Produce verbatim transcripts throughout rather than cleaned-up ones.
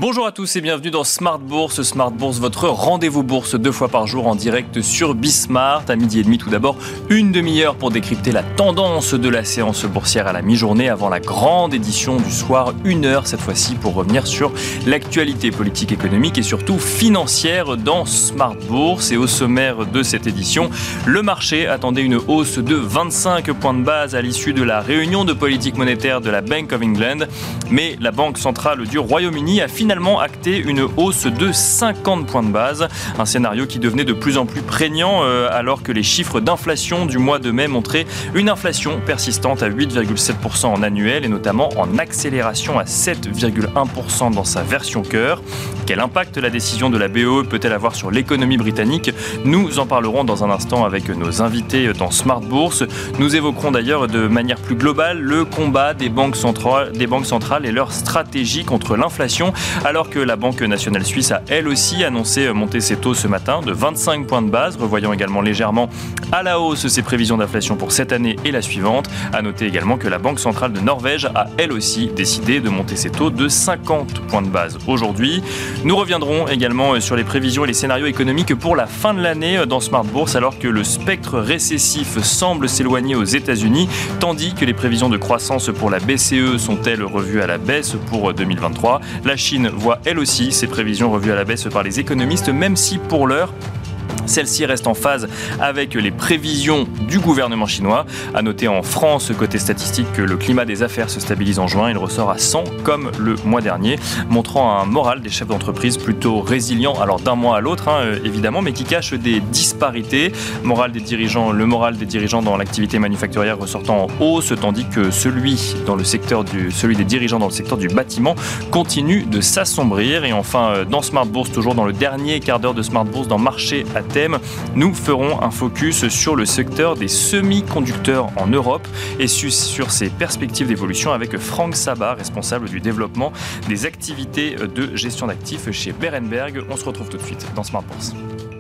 Bonjour à tous et bienvenue dans Smart Bourse. Smart Bourse, votre rendez-vous bourse deux fois par jour en direct sur Bismart. À midi et demi tout d'abord, une demi-heure pour décrypter la tendance de la séance boursière à la mi-journée avant la grande édition du soir. Une heure cette fois-ci pour revenir sur l'actualité politique, économique et surtout financière dans Smart Bourse. Et au sommaire de cette édition, le marché attendait une hausse de vingt-cinq points de base à l'issue de la réunion de politique monétaire de la Bank of England. Mais la Banque centrale du Royaume-Uni a finalement acté une hausse de cinquante points de base. Un scénario qui devenait de plus en plus prégnant euh, alors que les chiffres d'inflation du mois de mai montraient une inflation persistante à huit virgule sept pour cent en annuel et notamment en accélération à sept virgule un pour cent dans sa version cœur. Quel impact la décision de la B O E peut-elle avoir sur l'économie britannique ? Nous en parlerons dans un instant avec nos invités dans Smart Bourse. Nous évoquerons d'ailleurs de manière plus globale le combat des banques centrales, des banques centrales et leur stratégie contre l'inflation, alors que la Banque nationale suisse a elle aussi annoncé monter ses taux ce matin de vingt-cinq points de base, revoyant également légèrement à la hausse ses prévisions d'inflation pour cette année et la suivante. À noter également que la Banque centrale de Norvège a elle aussi décidé de monter ses taux de cinquante points de base aujourd'hui. Nous reviendrons également sur les prévisions et les scénarios économiques pour la fin de l'année dans Smart Bourse, alors que le spectre récessif semble s'éloigner aux États-Unis, tandis que les prévisions de croissance pour la B C E sont-elles revues à la baisse pour deux mille vingt-trois. La Chine voit elle aussi ses prévisions revues à la baisse par les économistes, même si pour l'heure, celle-ci reste en phase avec les prévisions du gouvernement chinois. À noter en France, côté statistique, que le climat des affaires se stabilise en juin. Il ressort à cent comme le mois dernier, montrant un moral des chefs d'entreprise plutôt résilient, alors d'un mois à l'autre hein, évidemment, mais qui cache des disparités. Moral des dirigeants, le moral des dirigeants dans l'activité manufacturière ressortant en hausse, tandis que celui, dans le secteur du, celui des dirigeants dans le secteur du bâtiment continue de s'assombrir. Et enfin, dans Smart Bourse, toujours dans le dernier quart d'heure de Smart Bourse, dans Marché à thème, nous ferons un focus sur le secteur des semi-conducteurs en Europe et sur ses perspectives d'évolution avec Franck Sabat, responsable du développement des activités de gestion d'actifs chez Berenberg. On se retrouve tout de suite dans Smart Bourse.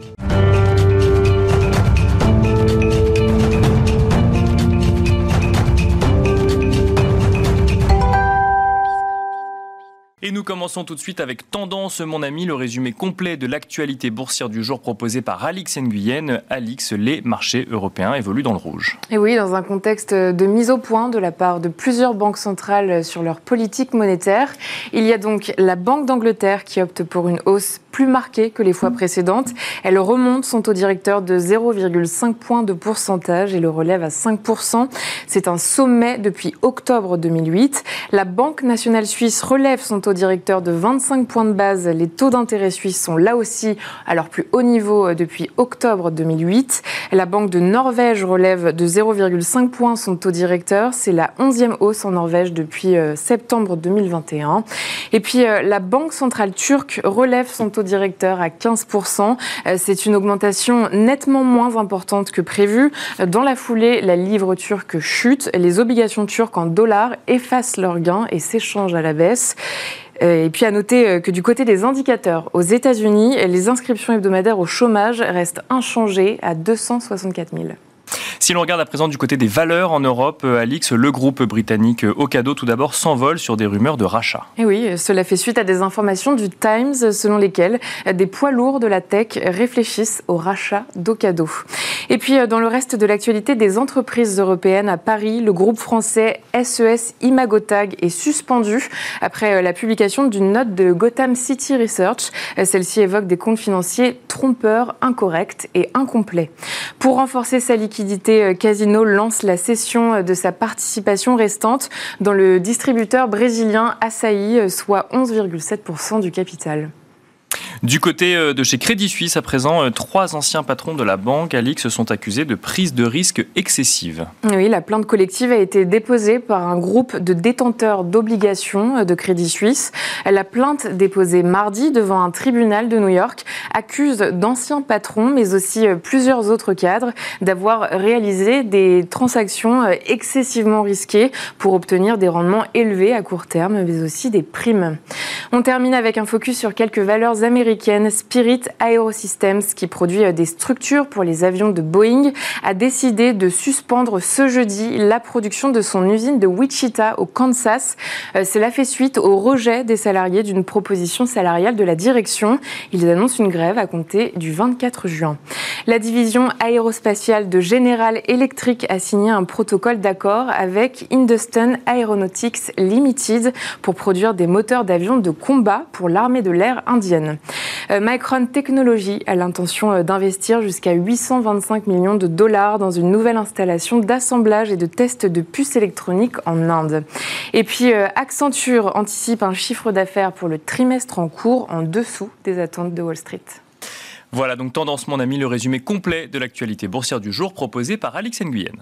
Et nous commençons tout de suite avec Tendance, mon ami, le résumé complet de l'actualité boursière du jour proposé par Alix Nguyen. Alix, les marchés européens évoluent dans le rouge. Et oui, dans un contexte de mise au point de la part de plusieurs banques centrales sur leur politique monétaire. Il y a donc la Banque d'Angleterre qui opte pour une hausse plus marquée que les fois précédentes. Elle remonte son taux directeur de zéro virgule cinq points de pourcentage et le relève à cinq pour cent. C'est un sommet depuis octobre deux mille huit. La Banque nationale suisse relève son taux directeur de vingt-cinq points de base. Les taux d'intérêt suisses sont là aussi à leur plus haut niveau depuis octobre deux mille huit. La Banque de Norvège relève de zéro virgule cinq points son taux directeur. C'est la onzième hausse en Norvège depuis septembre deux mille vingt et un. Et puis la Banque centrale turque relève son taux directeur à quinze pour cent. C'est une augmentation nettement moins importante que prévu. Dans la foulée, la livre turque chute. Les obligations turques en dollars effacent leurs gains et s'échangent à la baisse. Et puis à noter que du côté des indicateurs, aux États-Unis, les inscriptions hebdomadaires au chômage restent inchangées à deux cent soixante-quatre mille. Si l'on regarde à présent du côté des valeurs en Europe, Alix, le groupe britannique Ocado tout d'abord s'envole sur des rumeurs de rachat. Et oui, cela fait suite à des informations du Times selon lesquelles des poids lourds de la tech réfléchissent au rachat d'Ocado. Et puis dans le reste de l'actualité des entreprises européennes à Paris, le groupe français S E S Imagotag est suspendu après la publication d'une note de Gotham City Research. Celle-ci évoque des comptes financiers trompeurs, incorrects et incomplets. Pour renforcer sa liquidité, Casino lance la cession de sa participation restante dans le distributeur brésilien Açaí, soit onze virgule sept pour cent du capital. Du côté de chez Crédit Suisse, à présent, trois anciens patrons de la banque, Alix, sont accusés de prise de risque excessive. Oui, la plainte collective a été déposée par un groupe de détenteurs d'obligations de Crédit Suisse. La plainte déposée mardi devant un tribunal de New York accuse d'anciens patrons, mais aussi plusieurs autres cadres, d'avoir réalisé des transactions excessivement risquées pour obtenir des rendements élevés à court terme, mais aussi des primes. On termine avec un focus sur quelques valeurs américaines américaine Spirit AeroSystems, qui produit des structures pour les avions de Boeing, a décidé de suspendre ce jeudi la production de son usine de Wichita au Kansas. Cela fait suite au rejet des salariés d'une proposition salariale de la direction. Ils annoncent une grève à compter du vingt-quatre juin. La division aérospatiale de General Electric a signé un protocole d'accord avec Hindustan Aeronautics Limited pour produire des moteurs d'avions de combat pour l'armée de l'air indienne. Micron Technology a l'intention d'investir jusqu'à huit cent vingt-cinq millions de dollars dans une nouvelle installation d'assemblage et de test de puces électroniques en Inde. Et puis Accenture anticipe un chiffre d'affaires pour le trimestre en cours en dessous des attentes de Wall Street. Voilà, donc Tendance, mon ami, le résumé complet de l'actualité boursière du jour proposé par Alix Nguyen.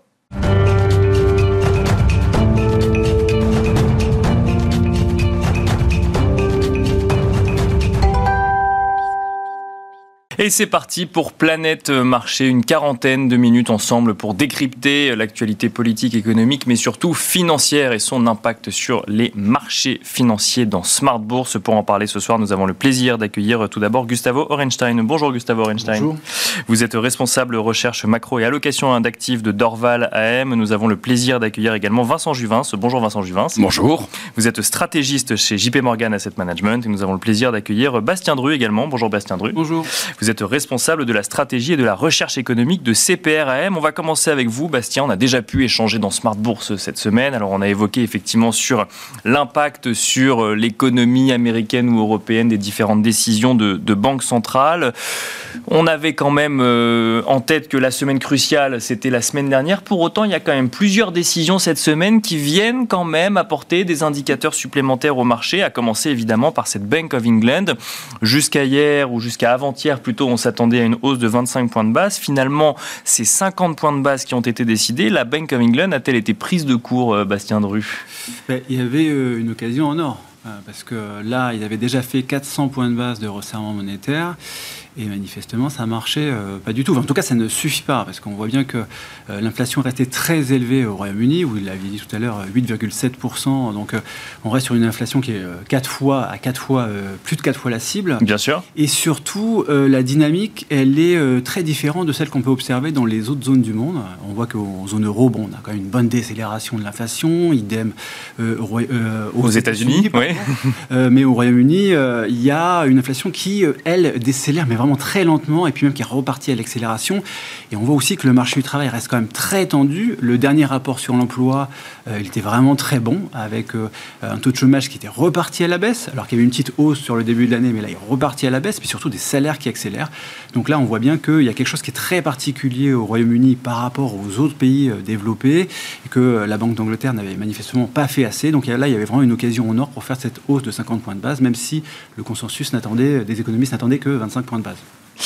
Et c'est parti pour Planète Marché, une quarantaine de minutes ensemble pour décrypter l'actualité politique, économique, mais surtout financière et son impact sur les marchés financiers dans Smart Bourse. Pour en parler ce soir, nous avons le plaisir d'accueillir tout d'abord Gustavo Orenstein. Bonjour Gustavo Orenstein. Bonjour. Vous êtes responsable recherche macro et allocation d'actifs de Dorval A M. Nous avons le plaisir d'accueillir également Vincent Juvins. Bonjour Vincent Juvins. Bonjour. Vous êtes stratégiste chez J P Morgan Asset Management et nous avons le plaisir d'accueillir Bastien Dru également. Bonjour Bastien Dru. Bonjour. Vous êtes responsable de la stratégie et de la recherche économique de C P R A M. On va commencer avec vous, Bastien. On a déjà pu échanger dans Smart Bourse cette semaine. Alors, on a évoqué effectivement sur l'impact sur l'économie américaine ou européenne des différentes décisions de, de banques centrales. On avait quand même euh, en tête que la semaine cruciale, c'était la semaine dernière. Pour autant, il y a quand même plusieurs décisions cette semaine qui viennent quand même apporter des indicateurs supplémentaires au marché, à commencer évidemment par cette Bank of England. Jusqu'à hier ou jusqu'à avant-hier, plutôt, on s'attendait à une hausse de vingt-cinq points de base. Finalement, c'est cinquante points de base qui ont été décidés. La Bank of England a-t-elle été prise de court, Bastien Dru ? Ben, il y avait une occasion en or, parce que là, il avait déjà fait quatre cents points de base de resserrement monétaire. Et manifestement, ça marchait euh, pas du tout. Enfin, en tout cas, ça ne suffit pas, parce qu'on voit bien que euh, l'inflation restait très élevée au Royaume-Uni, vous l'aviez dit tout à l'heure, huit virgule sept pour cent. Donc, euh, on reste sur une inflation qui est euh, quatre fois, à quatre fois, euh, plus de quatre fois la cible. Bien sûr. Et surtout, euh, la dynamique, elle est euh, très différente de celle qu'on peut observer dans les autres zones du monde. On voit qu'en zone euro, bon, on a quand même une bonne décélération de l'inflation, idem euh, euh, aux, aux États-Unis. États-Unis oui. euh, mais au Royaume-Uni, euh, il y a une inflation qui, euh, elle, décélère, mais vraiment très lentement, et puis même qui est reparti à l'accélération. Et on voit aussi que le marché du travail reste quand même très tendu. Le dernier rapport sur l'emploi, euh, il était vraiment très bon, avec euh, un taux de chômage qui était reparti à la baisse, alors qu'il y avait une petite hausse sur le début de l'année, mais là, il est reparti à la baisse, puis surtout des salaires qui accélèrent. Donc là, on voit bien qu'il y a quelque chose qui est très particulier au Royaume-Uni par rapport aux autres pays euh, développés, et que euh, la Banque d'Angleterre n'avait manifestement pas fait assez. Donc là, il y avait vraiment une occasion en or pour faire cette hausse de cinquante points de base, même si le consensus n'attendait, des économistes n'attendaient que vingt-cinq points de base.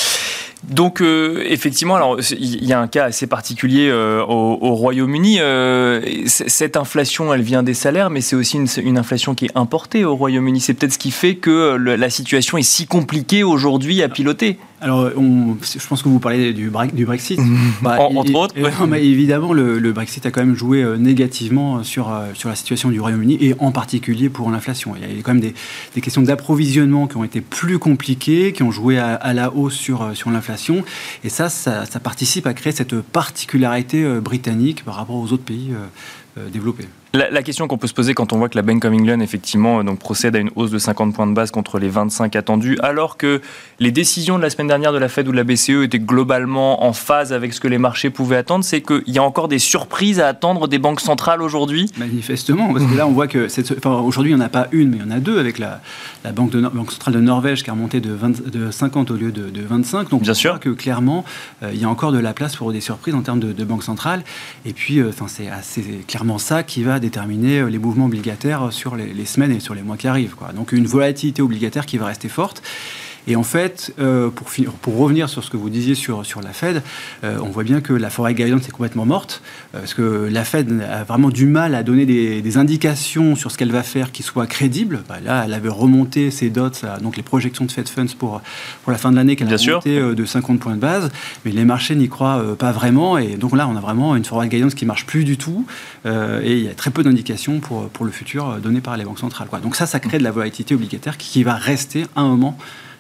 Donc euh, effectivement, alors il y a un cas assez particulier euh, au, au Royaume-Uni. Euh, cette inflation, elle vient des salaires, mais c'est aussi une, une inflation qui est importée au Royaume-Uni. C'est peut-être ce qui fait que le, la situation est si compliquée aujourd'hui à piloter. Alors, on, je pense que vous parlez du, du Brexit. Bah, en, entre et, autres. Et, ouais. non, mais évidemment, le, le Brexit a quand même joué euh, négativement sur, euh, sur la situation du Royaume-Uni, et en particulier pour l'inflation. Il y a quand même des, des questions d'approvisionnement qui ont été plus compliquées, qui ont joué à, à la hausse sur, sur l'inflation. Et ça, ça, ça participe à créer cette particularité euh, britannique par rapport aux autres pays euh, euh, développés. La, la question qu'on peut se poser quand on voit que la Bank of England effectivement donc procède à une hausse de cinquante points de base contre les vingt-cinq attendus, alors que les décisions de la semaine dernière de la Fed ou de la B C E étaient globalement en phase avec ce que les marchés pouvaient attendre, c'est qu'il y a encore des surprises à attendre des banques centrales aujourd'hui. Manifestement, parce que là on voit que cette, enfin, aujourd'hui il n'y en a pas une, mais il y en a deux, avec la, la banque, de, banque centrale de Norvège qui a remonté de, vingt, de cinquante au lieu de, de vingt-cinq. Donc bien on sûr voit que clairement euh, il y a encore de la place pour des surprises en termes de, de banque centrale. Et puis euh, c'est assez clairement ça qui va déterminer les mouvements obligataires sur les, les semaines et sur les mois qui arrivent, quoi. Donc une volatilité obligataire qui va rester forte. Et en fait, euh, pour, finir, pour revenir sur ce que vous disiez sur, sur la Fed, euh, on voit bien que la forward guidance est complètement morte, euh, parce que la Fed a vraiment du mal à donner des, des indications sur ce qu'elle va faire qui soient crédibles. Bah, là, elle avait remonté ses dots, donc les projections de Fed Funds pour, pour la fin de l'année, qu'elle bien a remonté euh, de cinquante points de base, mais les marchés n'y croient euh, pas vraiment. Et donc là, on a vraiment une forward guidance qui ne marche plus du tout, euh, et il y a très peu d'indications pour, pour le futur données par les banques centrales, quoi. Donc ça, ça crée de la volatilité obligataire qui va rester un moment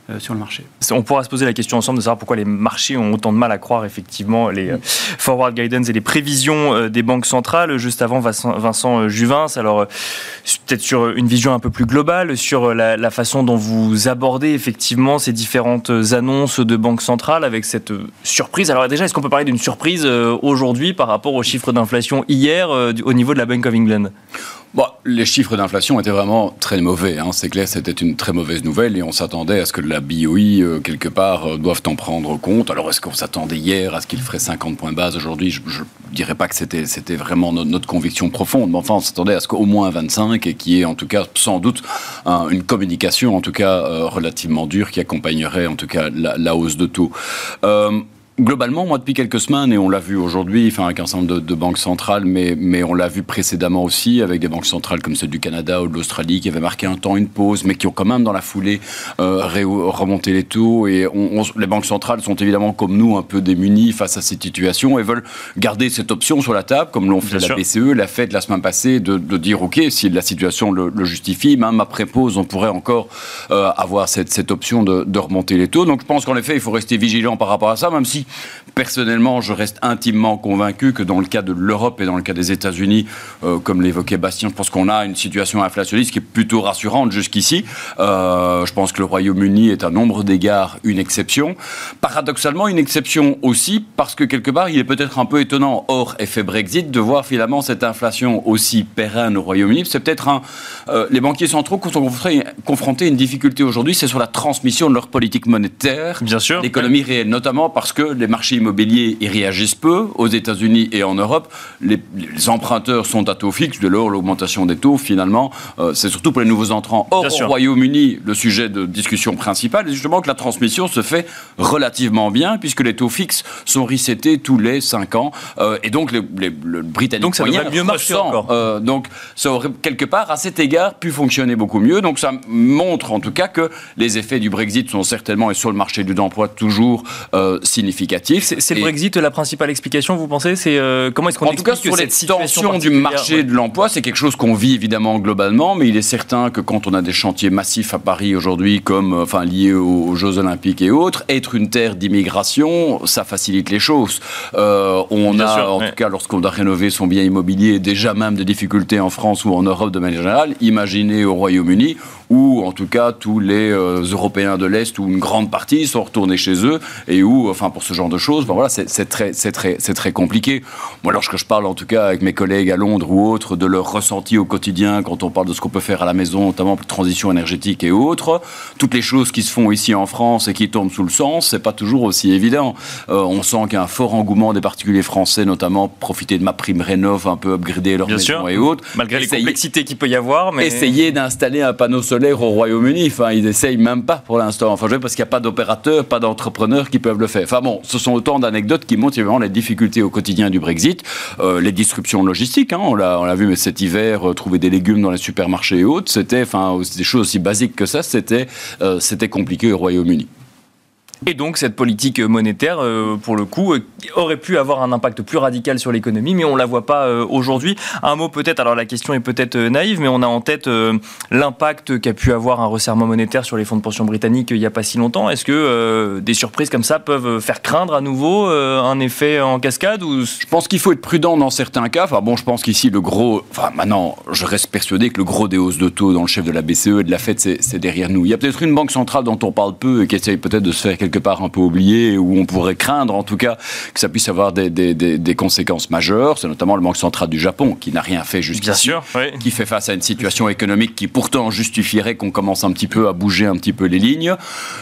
euh, sur le marché. On pourra se poser la question ensemble de savoir pourquoi les marchés ont autant de mal à croire effectivement les euh, forward guidance et les prévisions euh, des banques centrales. Juste avant, Vincent, Vincent Juvin, alors euh, peut-être sur une vision un peu plus globale, sur la, la façon dont vous abordez effectivement ces différentes annonces de banques centrales avec cette surprise. Alors déjà, est-ce qu'on peut parler d'une surprise euh, aujourd'hui par rapport aux chiffres d'inflation hier euh, au niveau de la Bank of England ? Bon, les chiffres d'inflation étaient vraiment très mauvais. Hein. C'est clair, c'était une très mauvaise nouvelle et on s'attendait à ce que la B O I, euh, quelque part, euh, doive en prendre compte. Alors, est-ce qu'on s'attendait hier à ce qu'il ferait cinquante points base aujourd'hui ? Je ne dirais pas que c'était, c'était vraiment no- notre conviction profonde, mais enfin, on s'attendait à ce qu'au moins vingt-cinq et qu'il y ait en tout cas, sans doute, un, une communication, en tout cas, euh, relativement dure qui accompagnerait, en tout cas, la, la hausse de taux. Euh, Globalement, moi, depuis quelques semaines, et on l'a vu aujourd'hui, enfin, avec un certain nombre de, de banques centrales, mais, mais on l'a vu précédemment aussi, avec des banques centrales comme celle du Canada ou de l'Australie, qui avaient marqué un temps une pause, mais qui ont quand même, dans la foulée, euh, ré- remonté les taux. Et on, on, les banques centrales sont évidemment, comme nous, un peu démunies face à cette situation et veulent garder cette option sur la table, comme l'ont fait Bien la sûr. B C E, l'a fait la semaine passée, de, de dire, OK, si la situation le, le justifie, même après pause, on pourrait encore euh, avoir cette, cette option de, de remonter les taux. Donc, je pense qu'en effet, il faut rester vigilant par rapport à ça, même si personnellement, je reste intimement convaincu que dans le cas de l'Europe et dans le cas des États-Unis, euh, comme l'évoquait Bastien, je pense qu'on a une situation inflationniste qui est plutôt rassurante jusqu'ici. Euh, je pense que le Royaume-Uni est à nombre d'égards une exception. Paradoxalement, une exception aussi parce que quelque part, il est peut-être un peu étonnant, hors effet Brexit, de voir finalement cette inflation aussi pérenne au Royaume-Uni. C'est peut-être un... Euh, les banquiers centraux sont confrontés, confrontés à une difficulté aujourd'hui, c'est sur la transmission de leur politique monétaire, Bien sûr, l'économie ouais. réelle, notamment parce que les marchés immobiliers y réagissent peu. Aux États-Unis et en Europe, les, les emprunteurs sont à taux fixe. De lors, l'augmentation des taux, finalement, euh, c'est surtout pour les nouveaux entrants. Or, au Royaume-Uni, le sujet de discussion principal est justement que la transmission se fait relativement bien, puisque les taux fixes sont resetés tous les cinq ans. Euh, et donc, les, les, le Britannique donc ça devrait mieux marcher encore. Euh, donc, ça aurait quelque part, à cet égard, pu fonctionner beaucoup mieux. Donc, ça montre en tout cas que les effets du Brexit sont certainement, et sur le marché de l'emploi, toujours euh, significatifs. C'est, c'est le Brexit la principale explication, vous pensez ? C'est euh, comment est-ce qu'on en tout cas sur les tensions du marché ouais. de l'emploi, c'est quelque chose qu'on vit évidemment globalement, mais il est certain que quand on a des chantiers massifs à Paris aujourd'hui, comme enfin liés aux, aux Jeux Olympiques et autres, être une terre d'immigration, ça facilite les choses. Euh, on bien a sûr, en ouais. tout cas lorsqu'on doit rénover son bien immobilier, déjà même des difficultés en France ou en Europe de manière générale. Imaginez au Royaume-Uni, où en tout cas tous les euh, Européens de l'Est ou une grande partie sont retournés chez eux et où, enfin pour ce genre de choses, ben voilà, c'est, c'est très, c'est très, c'est très compliqué. Moi, lorsque je parle en tout cas avec mes collègues à Londres ou autres de leur ressenti au quotidien, quand on parle de ce qu'on peut faire à la maison, notamment pour la transition énergétique et autres, toutes les choses qui se font ici en France et qui tombent sous le sens, c'est pas toujours aussi évident. Euh, on sent qu'il y a un fort engouement des particuliers français, notamment profiter de ma prime rénov, un peu upgrader leur Bien maison sûr. et autres. Malgré essayer, les complexités qu'il peut y avoir, mais essayer d'installer un panneau solaire au Royaume-Uni, enfin ils essayent même pas pour l'instant. Enfin je veux dire, parce qu'il n'y a pas d'opérateurs, pas d'entrepreneurs qui peuvent le faire. Enfin bon, ce sont autant d'anecdotes qui montrent évidemment les difficultés au quotidien du Brexit, euh, les disruptions logistiques. Hein, on l'a, on l'a vu, mais cet hiver, euh, trouver des légumes dans les supermarchés et autres, c'était, enfin, des choses aussi basiques que ça, c'était, euh, c'était compliqué au Royaume-Uni. Et donc cette politique monétaire, euh, pour le coup, euh, aurait pu avoir un impact plus radical sur l'économie, mais on ne la voit pas euh, aujourd'hui. Un mot peut-être, alors la question est peut-être euh, naïve, mais on a en tête euh, l'impact qu'a pu avoir un resserrement monétaire sur les fonds de pension britanniques il n'y a pas si longtemps. Est-ce que euh, des surprises comme ça peuvent faire craindre à nouveau euh, un effet en cascade ou... Je pense qu'il faut être prudent dans certains cas. Enfin bon, je pense qu'ici le gros... Enfin maintenant, je reste persuadé que le gros des hausses de taux dans le chef de la B C E et de la Fed, c'est, c'est derrière nous. Il y a peut-être une banque centrale dont on parle peu et qui essaye peut-être de se faire quelque part un peu oublié, où on pourrait craindre en tout cas que ça puisse avoir des, des, des, des conséquences majeures. C'est notamment le Banque centrale du Japon qui n'a rien fait jusqu'ici, Bien sûr, oui. qui fait face à une situation économique qui pourtant justifierait qu'on commence un petit peu à bouger un petit peu les lignes.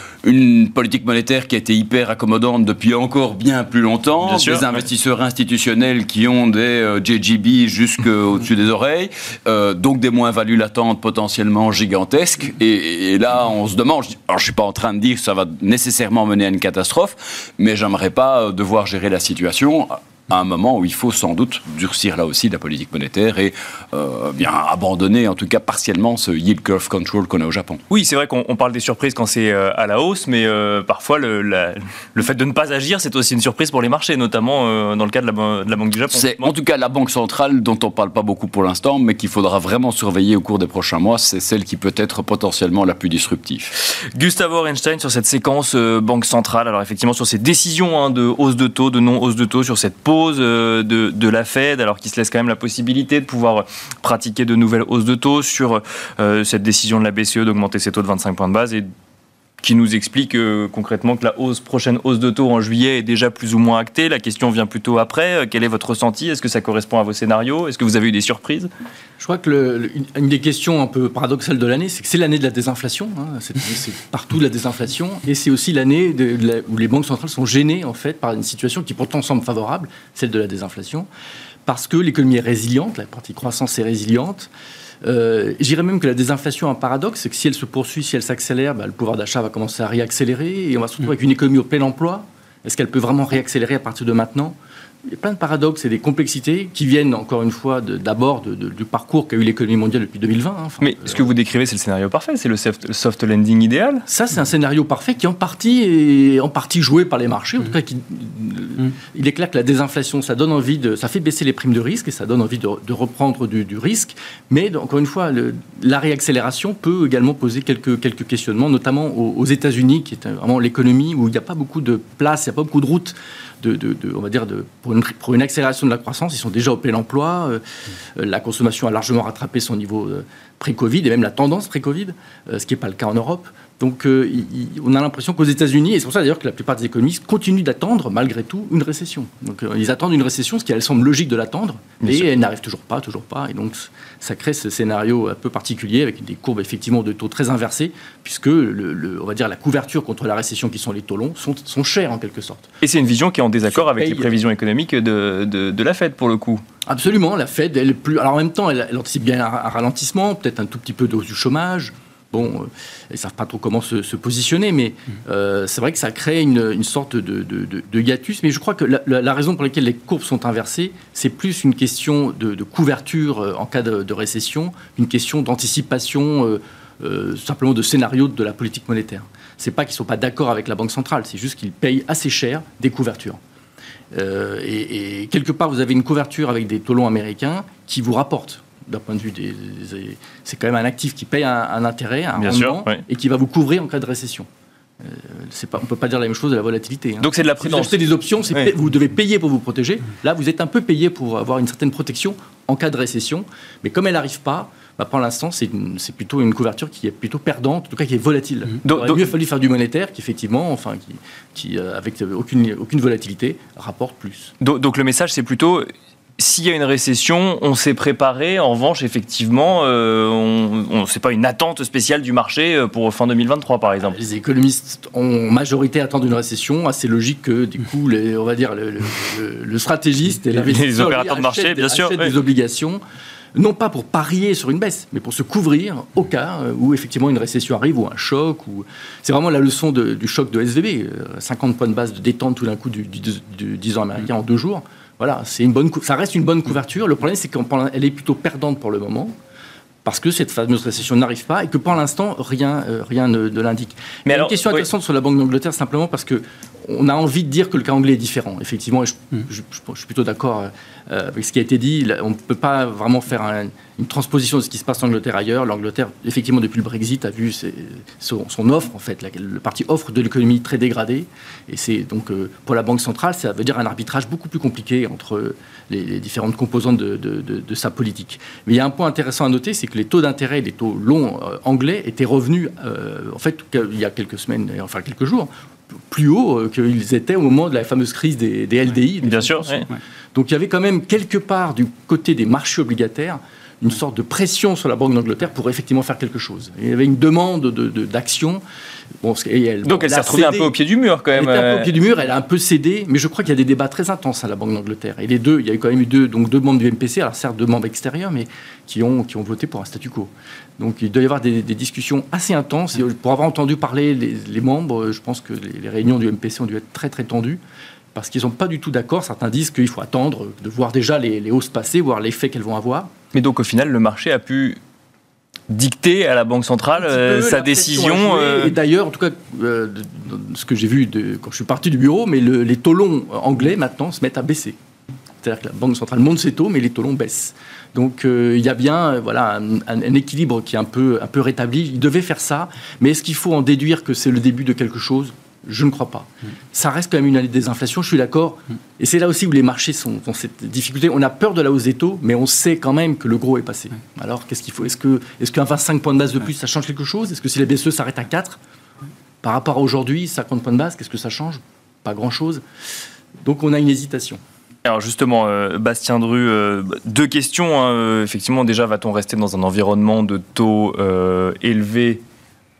Une politique monétaire qui a été hyper accommodante depuis encore bien plus longtemps, bien sûr, des investisseurs ouais. institutionnels qui ont des euh, J G B jusqu'au-dessus des oreilles, euh, donc des moins-values latentes potentiellement gigantesques. Et, et là, on se demande, alors je ne suis pas en train de dire que ça va nécessairement mener à une catastrophe, mais j'aimerais pas devoir gérer la situation à un moment où il faut sans doute durcir là aussi la politique monétaire et euh, bien abandonner en tout cas partiellement ce yield curve control qu'on a au Japon. Oui, c'est vrai qu'on on parle des surprises quand c'est euh, à la hausse, mais euh, parfois le, la, le fait de ne pas agir, c'est aussi une surprise pour les marchés, notamment euh, dans le cas de la, de la Banque du Japon. C'est en tout cas la Banque centrale dont on ne parle pas beaucoup pour l'instant, mais qu'il faudra vraiment surveiller au cours des prochains mois. C'est celle qui peut être potentiellement la plus disruptive. Gustavo Orenstein, sur cette séquence euh, Banque centrale, alors effectivement sur ces décisions hein, de hausse de taux, de non-hausse de taux, sur cette pause De, de la Fed, alors qu'il se laisse quand même la possibilité de pouvoir pratiquer de nouvelles hausses de taux sur euh, cette décision de la B C E d'augmenter ses taux de vingt-cinq points de base et qui nous explique euh, concrètement que la hausse, prochaine hausse de taux en juillet est déjà plus ou moins actée. La question vient plutôt après. Quel est votre ressenti ? Est-ce que ça correspond à vos scénarios ? Est-ce que vous avez eu des surprises ? Je crois que le, le, une, une des questions un peu paradoxales de l'année, c'est que c'est l'année de la désinflation. Hein. C'est, c'est partout de la désinflation. Et c'est aussi l'année de, de la, où les banques centrales sont gênées en fait, par une situation qui pourtant semble favorable, celle de la désinflation, parce que l'économie est résiliente, la partie croissance est résiliente. Euh, je dirais même que la désinflation a un paradoxe, c'est que si elle se poursuit, si elle s'accélère, bah, le pouvoir d'achat va commencer à réaccélérer et on va se retrouver avec une économie au plein emploi. Est-ce qu'elle peut vraiment réaccélérer à partir de maintenant ? Il y a plein de paradoxes et des complexités qui viennent, encore une fois, de, d'abord de, de, du parcours qu'a eu l'économie mondiale depuis deux mille vingt. Hein. Enfin, Mais ce que vous décrivez, c'est le scénario parfait, c'est le soft, le soft landing idéal. Ça, c'est un scénario parfait qui, en partie, est en partie joué par les marchés. En tout cas, qui, mmh. il est clair que la désinflation, ça donne envie de, ça fait baisser les primes de risque et ça donne envie de, de reprendre du, du risque. Mais, encore une fois, le, la réaccélération peut également poser quelques, quelques questionnements, notamment aux, aux États-Unis, qui est vraiment l'économie où il n'y a pas beaucoup de place, il n'y a pas beaucoup de routes. De, de, de, on va dire de, pour, une, pour une accélération de la croissance, ils sont déjà au plein emploi. Euh, mmh. La consommation a largement rattrapé son niveau euh, pré-Covid et même la tendance pré-Covid, euh, ce qui n'est pas le cas en Europe. Donc, euh, il, on a l'impression qu'aux États-Unis, et c'est pour ça d'ailleurs que la plupart des économistes continuent d'attendre, malgré tout, une récession. Donc, euh, ils attendent une récession, ce qui elle semble logique de l'attendre, mais elle n'arrive toujours pas, toujours pas. Et donc, ça crée ce scénario un peu particulier avec des courbes effectivement de taux très inversées, puisque le, le, on va dire la couverture contre la récession, qui sont les taux longs, sont, sont chers en quelque sorte. Et c'est une vision qui est en désaccord avec les prévisions économiques de, de, de la Fed pour le coup. Absolument, la Fed, elle est plus. Alors en même temps, elle, elle anticipe bien un, un ralentissement, peut-être un tout petit peu de hausse du chômage. Bon, euh, ils ne savent pas trop comment se, se positionner, mais euh, c'est vrai que ça crée une, une sorte de, de, de, de hiatus. Mais je crois que la, la, la raison pour laquelle les courbes sont inversées, c'est plus une question de, de couverture en cas de, de récession, une question d'anticipation, euh, euh, simplement de scénario de la politique monétaire. Ce n'est pas qu'ils ne sont pas d'accord avec la Banque centrale, c'est juste qu'ils payent assez cher des couvertures. Euh, et, et quelque part, vous avez une couverture avec des taux longs américains qui vous rapportent. D'un point de vue des, des... C'est quand même un actif qui paye un, un intérêt, un Bien rendement, sûr, oui. Et qui va vous couvrir en cas de récession. Euh, c'est pas, on ne peut pas dire la même chose de la volatilité. Hein. Donc c'est de la prudence. Si vous achetez des options, c'est oui. Vous devez payer pour vous protéger. Là, vous êtes un peu payé pour avoir une certaine protection en cas de récession. Mais comme elle n'arrive pas, bah, pour l'instant, c'est, une, c'est plutôt une couverture qui est plutôt perdante, en tout cas qui est volatile. Mm-hmm. Donc, il aurait donc, mieux fallu faire du monétaire qui, effectivement, enfin, qui, qui euh, avec aucune, aucune volatilité, rapporte plus. Donc, donc le message, c'est plutôt... S'il y a une récession, on s'est préparé. En revanche, effectivement, euh, on, on, c'est pas une attente spéciale du marché pour fin deux mille vingt-trois, par exemple. Les économistes ont majorité attendent une récession. Assez logique que, du coup, les, on va dire le, le, le, le stratégiste et les, les opérateurs de marché, bien sûr, achètent oui. des obligations. Non pas pour parier sur une baisse, mais pour se couvrir au cas où effectivement une récession arrive ou un choc. Ou... C'est vraiment la leçon de, du choc de S V B. cinquante points de base de détente tout d'un coup du, du, du dix ans américain mmh. en deux jours. Voilà, c'est une bonne, ça reste une bonne couverture. Le problème, c'est qu'elle est plutôt perdante pour le moment, parce que cette fameuse récession n'arrive pas et que pour l'instant, rien, euh, rien ne, ne l'indique. Mais il y a alors, une question intéressante oui. sur la Banque d'Angleterre, simplement parce qu'on a envie de dire que le cas anglais est différent. Effectivement, je, mmh. je, je, je suis plutôt d'accord euh, avec ce qui a été dit. On ne peut pas vraiment faire un, une transposition de ce qui se passe en Angleterre ailleurs. L'Angleterre, effectivement, depuis le Brexit, a vu ses, son, son offre, en fait. La, le parti offre de l'économie très dégradée. Et c'est donc, euh, pour la Banque centrale, ça veut dire un arbitrage beaucoup plus compliqué entre les, les différentes composantes de, de, de, de sa politique. Mais il y a un point intéressant à noter, c'est que les taux d'intérêt, les taux longs euh, anglais étaient revenus, euh, en fait, il y a quelques semaines, enfin quelques jours, plus haut euh, qu'ils étaient au moment de la fameuse crise des, des L D I. Des Bien sûr. Ouais. Donc il y avait quand même quelque part du côté des marchés obligataires une sorte de pression sur la Banque d'Angleterre pour effectivement faire quelque chose. Il y avait une demande de, de, d'action. Bon, et elle, donc bon, elle s'est retrouvée un peu au pied du mur quand même. Elle était un peu au pied du mur, elle a un peu cédé, mais je crois qu'il y a des débats très intenses à la Banque d'Angleterre. Et les deux, il y a eu quand même eu deux, donc deux membres du M P C, alors certes deux membres extérieurs, mais qui ont, qui ont voté pour un statu quo. Donc il doit y avoir des, des discussions assez intenses. Et pour avoir entendu parler les, les membres, je pense que les, les réunions du M P C ont dû être très très tendues. parce qu'ils ne sont pas du tout d'accord. Certains disent qu'il faut attendre de voir déjà les, les hausses passer, voir l'effet qu'elles vont avoir. Mais donc au final, le marché a pu dicter à la Banque centrale euh, sa décision. Euh... Et d'ailleurs, en tout cas, euh, de, de, ce que j'ai vu de, quand je suis parti du bureau, mais le, les taux longs anglais maintenant se mettent à baisser. C'est-à-dire que la Banque centrale monte ses taux, mais les taux longs baissent. Donc euh, il y a bien euh, voilà, un, un, un équilibre qui est un peu, un peu rétabli. Il devait faire ça, mais est-ce qu'il faut en déduire que c'est le début de quelque chose ? Je ne crois pas. Mmh. Ça reste quand même une année de désinflation, je suis d'accord. Mmh. Et c'est là aussi où les marchés sont dans cette difficulté. On a peur de la hausse des taux, mais on sait quand même que le gros est passé. Mmh. Alors, qu'est-ce qu'il faut ? Est-ce que, est-ce qu'un vingt-cinq points de base de plus, ça change quelque chose ? Est-ce que si la B C E s'arrête à quatre, par rapport à aujourd'hui, cinquante points de base, qu'est-ce que ça change ? Pas grand-chose. Donc, on a une hésitation. Alors justement, euh, Bastien Dru, euh, deux questions. Hein. Effectivement, déjà, va-t-on rester dans un environnement de taux euh, élevés longtemps ?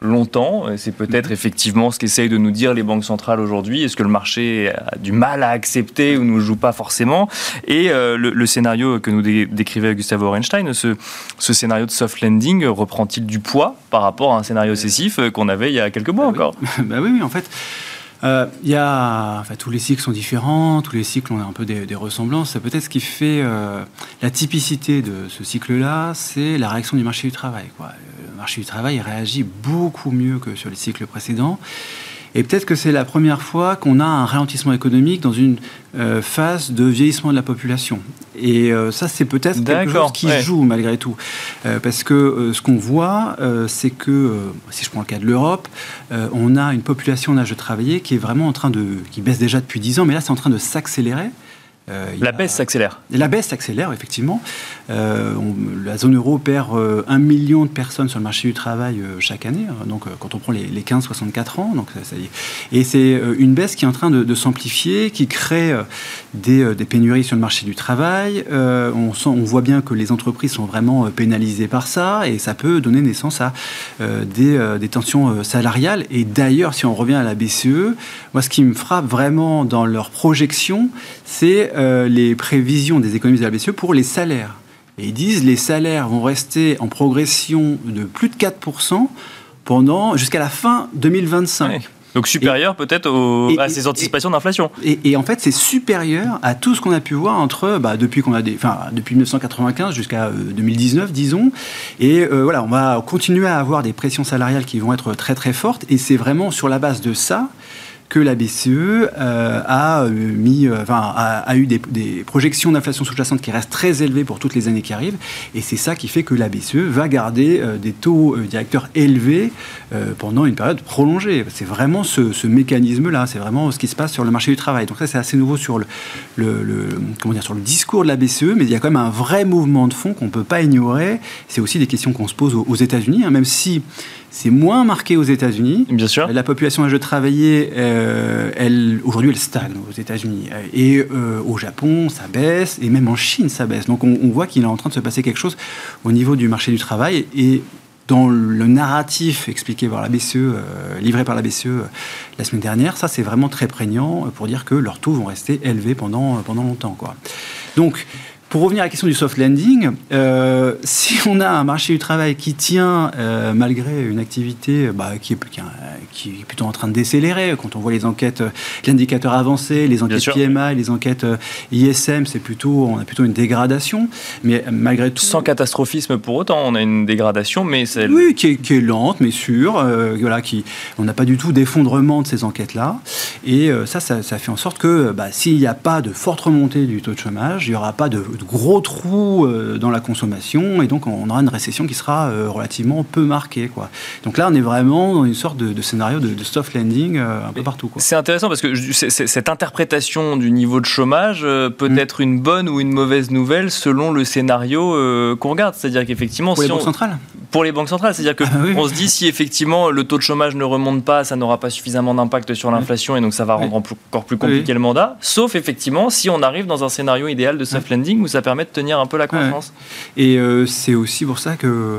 C'est peut-être mmh. effectivement ce qu'essayent de nous dire les banques centrales aujourd'hui. Est-ce que le marché a du mal à accepter ou ne joue pas forcément ? Et euh, le, le scénario que nous dé- décrivait Gustavo Orenstein, ce, ce scénario de soft landing, reprend-il du poids par rapport à un scénario récessif qu'on avait il y a quelques mois bah encore ? oui. Bah oui, oui, en fait... Il euh, y a, enfin, tous les cycles sont différents, tous les cycles ont un peu des, des ressemblances. Peut-être ce qui fait euh, la typicité de ce cycle-là, c'est la réaction du marché du travail, quoi. Le marché du travail réagit beaucoup mieux que sur les cycles précédents. Et peut-être que c'est la première fois qu'on a un ralentissement économique dans une euh, phase de vieillissement de la population. Et euh, ça, c'est peut-être quelque chose qui ouais. joue malgré tout. Euh, parce que euh, ce qu'on voit, euh, c'est que, euh, si je prends le cas de l'Europe, euh, on a une population en âge de travailler qui est vraiment en train de... qui baisse déjà depuis dix ans, mais là, c'est en train de s'accélérer. Euh, la a... baisse s'accélère. La baisse s'accélère, effectivement. Euh, on, la zone euro perd euh, un million de personnes sur le marché du travail euh, chaque année. Donc, euh, quand on prend les, les quinze à soixante-quatre ans, donc ça, ça y est. Et c'est euh, une baisse qui est en train de, de s'amplifier, qui crée euh, des, euh, des pénuries sur le marché du travail. Euh, on, sent, on voit bien que les entreprises sont vraiment euh, pénalisées par ça, et ça peut donner naissance à euh, des, euh, des tensions euh, salariales. Et d'ailleurs, si on revient à la B C E, moi, ce qui me frappe vraiment dans leurs projections, c'est euh, les prévisions des économistes de la B C E pour les salaires. Et ils disent que les salaires vont rester en progression de plus de quatre pour cent pendant, jusqu'à la fin deux mille vingt-cinq. Ouais. Donc supérieur et, peut-être au, et, à ces anticipations et, d'inflation. Et, et en fait, c'est supérieur à tout ce qu'on a pu voir entre, bah, depuis, qu'on a des, enfin, depuis dix-neuf cent quatre-vingt-quinze jusqu'à euh, deux mille dix-neuf, disons. Et euh, voilà, on va continuer à avoir des pressions salariales qui vont être très très fortes. Et c'est vraiment sur la base de ça que la B C E euh, a, mis, euh, enfin, a, a eu des, des projections d'inflation sous-jacente qui restent très élevées pour toutes les années qui arrivent. Et c'est ça qui fait que la B C E va garder euh, des taux euh, directeurs élevés euh, pendant une période prolongée. C'est vraiment ce, ce mécanisme-là. C'est vraiment ce qui se passe sur le marché du travail. Donc ça, c'est assez nouveau sur le, le, le, comment dire, sur le discours de la B C E, mais il y a quand même un vrai mouvement de fond qu'on ne peut pas ignorer. C'est aussi des questions qu'on se pose aux, aux États-Unis, hein, même si c'est moins marqué aux États-Unis. Bien sûr. La population âgée de travailler, euh, elle, aujourd'hui, elle stagne aux États-Unis. Et euh, au Japon, ça baisse. Et même en Chine, ça baisse. Donc, on, on voit qu'il est en train de se passer quelque chose au niveau du marché du travail. Et dans le narratif expliqué par la B C E, euh, livré par la B C E euh, la semaine dernière, ça, c'est vraiment très prégnant pour dire que leurs taux vont rester élevés pendant, pendant longtemps, quoi. Donc, pour revenir à la question du soft landing, euh, si on a un marché du travail qui tient euh, malgré une activité bah, qui, est, qui, est, qui est plutôt en train de décélérer, quand on voit les enquêtes, les indicateurs avancés, les enquêtes P M I, les enquêtes I S M, c'est plutôt, on a plutôt une dégradation. Mais malgré tout, sans catastrophisme pour autant, on a une dégradation, mais c'est oui, qui est, qui est lente, mais sûre. Euh, voilà, qui, on n'a pas du tout d'effondrement de ces enquêtes-là. Et euh, ça, ça, ça fait en sorte que bah, s'il n'y a pas de forte remontée du taux de chômage, il n'y aura pas de de gros trous euh, dans la consommation, et donc on aura une récession qui sera euh, relativement peu marquée, quoi. Donc là, on est vraiment dans une sorte de, de scénario de, de soft landing euh, un peu partout, quoi. C'est intéressant parce que c'est, c'est, cette interprétation du niveau de chômage euh, peut mmh. être une bonne ou une mauvaise nouvelle selon le scénario euh, qu'on regarde. C'est-à-dire qu'effectivement... Pour si les on... banques centrales Pour les banques centrales, c'est-à-dire qu'on ah, oui. se dit si effectivement le taux de chômage ne remonte pas, ça n'aura pas suffisamment d'impact sur l'inflation, et donc ça va rendre oui. encore plus compliqué oui. le mandat. Sauf effectivement si on arrive dans un scénario idéal de soft landing où ça permet de tenir un peu la croissance. Ouais. Et euh, c'est aussi pour ça que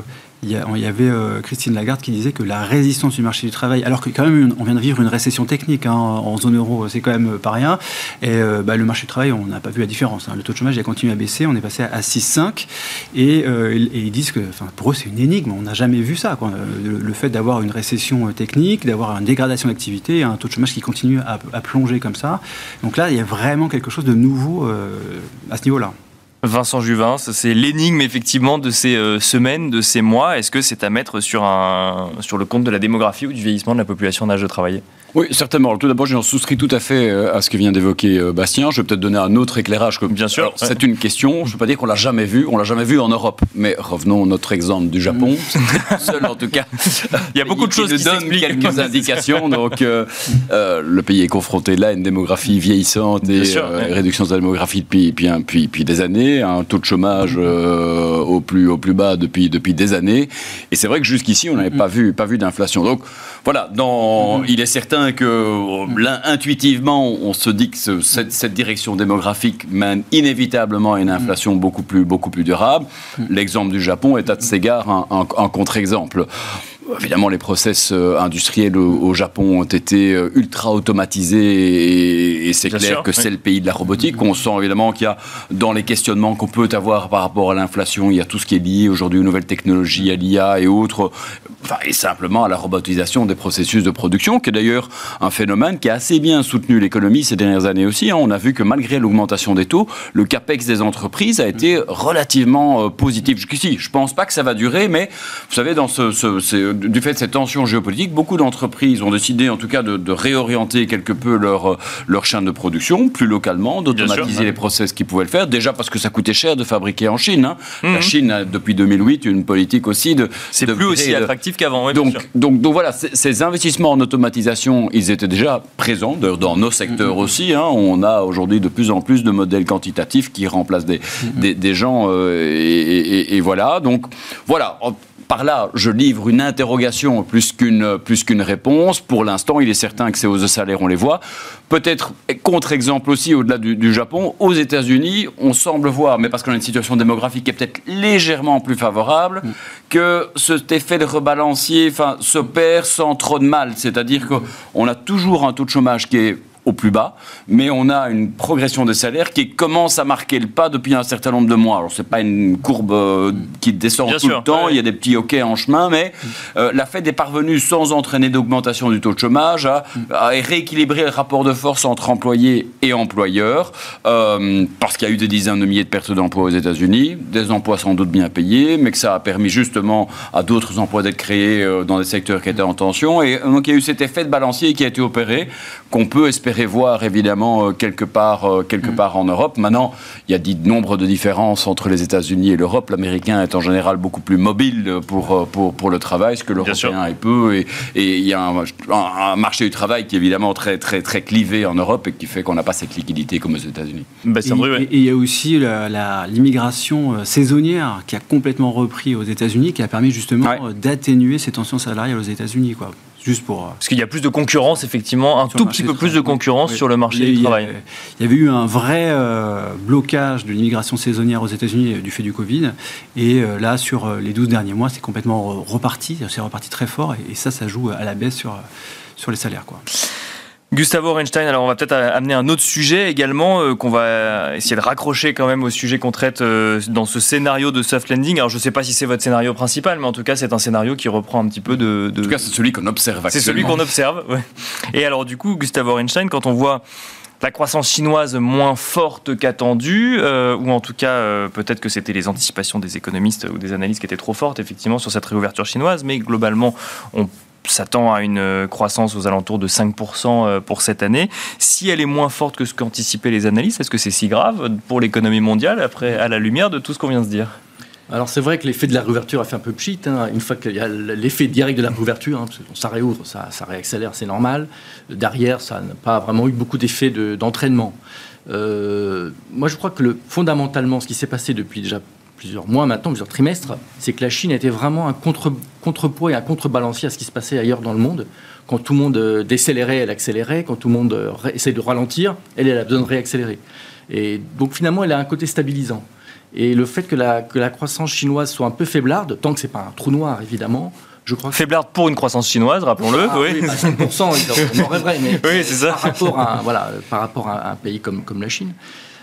il y, a, il y avait euh, Christine Lagarde qui disait que la résistance du marché du travail, alors que quand même une, on vient de vivre une récession technique hein, en zone euro, c'est quand même pas rien. Et euh, bah, le marché du travail, on n'a pas vu la différence. Hein. Le taux de chômage il a continué à baisser, on est passé à six virgule cinq. Et, euh, et ils disent que, pour eux, c'est une énigme. On n'a jamais vu ça. Quoi. Le, le fait d'avoir une récession technique, d'avoir une dégradation d'activité, un taux de chômage qui continue à, à plonger comme ça. Donc là, il y a vraiment quelque chose de nouveau euh, à ce niveau-là. Vincent Juvin, c'est l'énigme effectivement de ces euh, semaines, de ces mois. Est-ce que c'est à mettre sur, un, sur le compte de la démographie ou du vieillissement de la population en âge de travailler ? Oui, certainement. Tout d'abord, j'en souscris tout à fait à ce que vient d'évoquer Bastien. Je vais peut-être donner un autre éclairage. Que... Bien sûr. Alors, ouais. C'est une question, je ne veux pas dire qu'on l'a jamais vue, on l'a jamais vue en Europe. Mais revenons à notre exemple du Japon. C'est seul, en tout cas. Il y a beaucoup de choses qui, qui donnent quelques indications. Donc, euh, euh, le pays est confronté là à une démographie vieillissante et sûr, euh, ouais. réduction de la démographie depuis, depuis, depuis, depuis des années, un taux de chômage euh, au, plus, au plus bas depuis, depuis des années. Et c'est vrai que jusqu'ici, on n'avait pas vu, pas vu d'inflation. Donc, voilà, dans, il est certain que là, intuitivement, on se dit que ce, cette, cette direction démographique mène inévitablement à une inflation beaucoup plus, beaucoup plus durable. L'exemple du Japon est à cet égard un, un, un contre-exemple. Évidemment, les process industriels au, au Japon ont été ultra automatisés et, et c'est Bien clair sûr, que oui. c'est le pays de la robotique. On sent évidemment qu'il y a, dans les questionnements qu'on peut avoir par rapport à l'inflation, il y a tout ce qui est lié aujourd'hui aux nouvelles technologies, à l'I A et autres, enfin, et simplement à la robotisation des processus de production, qui est d'ailleurs un phénomène qui a assez bien soutenu l'économie ces dernières années aussi. Hein. On a vu que malgré l'augmentation des taux, le capex des entreprises a été relativement euh, positif jusqu'ici. Je ne pense pas que ça va durer, mais vous savez, dans ce, ce, ce du fait de cette tension géopolitique, beaucoup d'entreprises ont décidé en tout cas de, de réorienter quelque peu leur, leur chaîne de production, plus localement, d'automatiser sûr, les process qui pouvaient le faire, déjà parce que ça coûtait cher de fabriquer en Chine. Hein. Mmh. La Chine a depuis deux mille huit une politique aussi de... C'est de plus aussi de... attractif qu'avant. Oui, donc, donc, donc voilà, ces investissements en automatisation, ils étaient déjà présents, d'ailleurs dans nos secteurs mmh. aussi. Hein. On a aujourd'hui de plus en plus de modèles quantitatifs qui remplacent des, mmh. des, des gens euh, et, et, et voilà. Donc voilà... Par là, je livre une interrogation plus qu'une, plus qu'une réponse. Pour l'instant, il est certain que ces hausses de salaire, on les voit. Peut-être, contre-exemple aussi, au-delà du, du Japon, aux États-Unis, on semble voir, mais parce qu'on a une situation démographique qui est peut-être légèrement plus favorable, mmh. que cet effet de rebalancier enfin, s'opère sans trop de mal. C'est-à-dire qu'on a toujours un taux de chômage qui est au plus bas, mais on a une progression des salaires qui commence à marquer le pas depuis un certain nombre de mois. Alors, c'est pas une courbe euh, qui descend Bien tout sûr, le temps, ouais. il y a des petits hoquets en chemin, mais euh, la Fed est parvenue, sans entraîner d'augmentation du taux de chômage, à, à rééquilibrer le rapport de force entre employés et employeurs, euh, parce qu'il y a eu des dizaines de milliers de pertes d'emplois aux États-Unis, des emplois sans doute bien payés, mais que ça a permis justement à d'autres emplois d'être créés euh, dans des secteurs qui étaient en tension, et donc il y a eu cet effet de balancier qui a été opéré, qu'on peut espérer voir évidemment euh, quelque part euh, quelque mmh. part en Europe. Maintenant, il y a dit nombre de différences entre les États-Unis et l'Europe. L'Américain est en général beaucoup plus mobile pour pour pour le travail, ce que l'Européen est peu. Et, et il y a un, un, un marché du travail qui est évidemment très très très clivé en Europe et qui fait qu'on n'a pas cette liquidité comme aux États-Unis. Bah, et, vrai, ouais. et il y a aussi la, la, l'immigration saisonnière qui a complètement repris aux États-Unis, qui a permis justement ouais. d'atténuer ces tensions salariales aux États-Unis, quoi. Juste pour... Parce qu'il y a plus de concurrence, effectivement, un tout petit peu plus de concurrence oui. sur le marché il y a, du travail. Il y avait eu un vrai euh, blocage de l'immigration saisonnière aux États-Unis du fait du Covid. Et euh, là, sur euh, les douze derniers mois, c'est complètement reparti. C'est reparti très fort. Et, et ça, ça joue à la baisse sur, sur les salaires, quoi. Gustavo Orenstein, alors on va peut-être amener un autre sujet également, euh, qu'on va essayer de raccrocher quand même au sujet qu'on traite euh, dans ce scénario de soft landing. Alors je ne sais pas si c'est votre scénario principal, mais en tout cas c'est un scénario qui reprend un petit peu de... de... En tout cas c'est celui qu'on observe actuellement. C'est celui qu'on observe, ouais. Et alors du coup, Gustavo Orenstein, quand on voit la croissance chinoise moins forte qu'attendue, euh, ou en tout cas euh, peut-être que c'était les anticipations des économistes ou des analystes qui étaient trop fortes effectivement sur cette réouverture chinoise, mais globalement on s'attend à une croissance aux alentours de cinq pour cent pour cette année. Si elle est moins forte que ce qu'anticipaient les analystes, est-ce que c'est si grave pour l'économie mondiale, après, à la lumière de tout ce qu'on vient de se dire ? Alors c'est vrai que l'effet de la réouverture a fait un peu pchit. Hein. Une fois qu'il y a l'effet direct de la réouverture, hein, ça réouvre, ça, ça réaccélère, c'est normal. Derrière, ça n'a pas vraiment eu beaucoup d'effet de, d'entraînement. Euh, moi, je crois que le, fondamentalement, ce qui s'est passé depuis déjà plusieurs mois maintenant, plusieurs trimestres, c'est que la Chine était vraiment un contre, contrepoids et un contrebalancier à ce qui se passait ailleurs dans le monde. Quand tout le monde décélérait, elle accélérait. Quand tout le monde essaie de ralentir, elle, elle a besoin de réaccélérer. Et donc finalement, elle a un côté stabilisant. Et le fait que la, que la croissance chinoise soit un peu faiblarde, tant que ce n'est pas un trou noir, évidemment, je crois que... Faiblarde pour une croissance chinoise, rappelons-le. Ah, oui, oui bah cinq pour cent, on en rêverait, mais oui, c'est ça. Par, rapport à, voilà, par rapport à un pays comme, comme la Chine,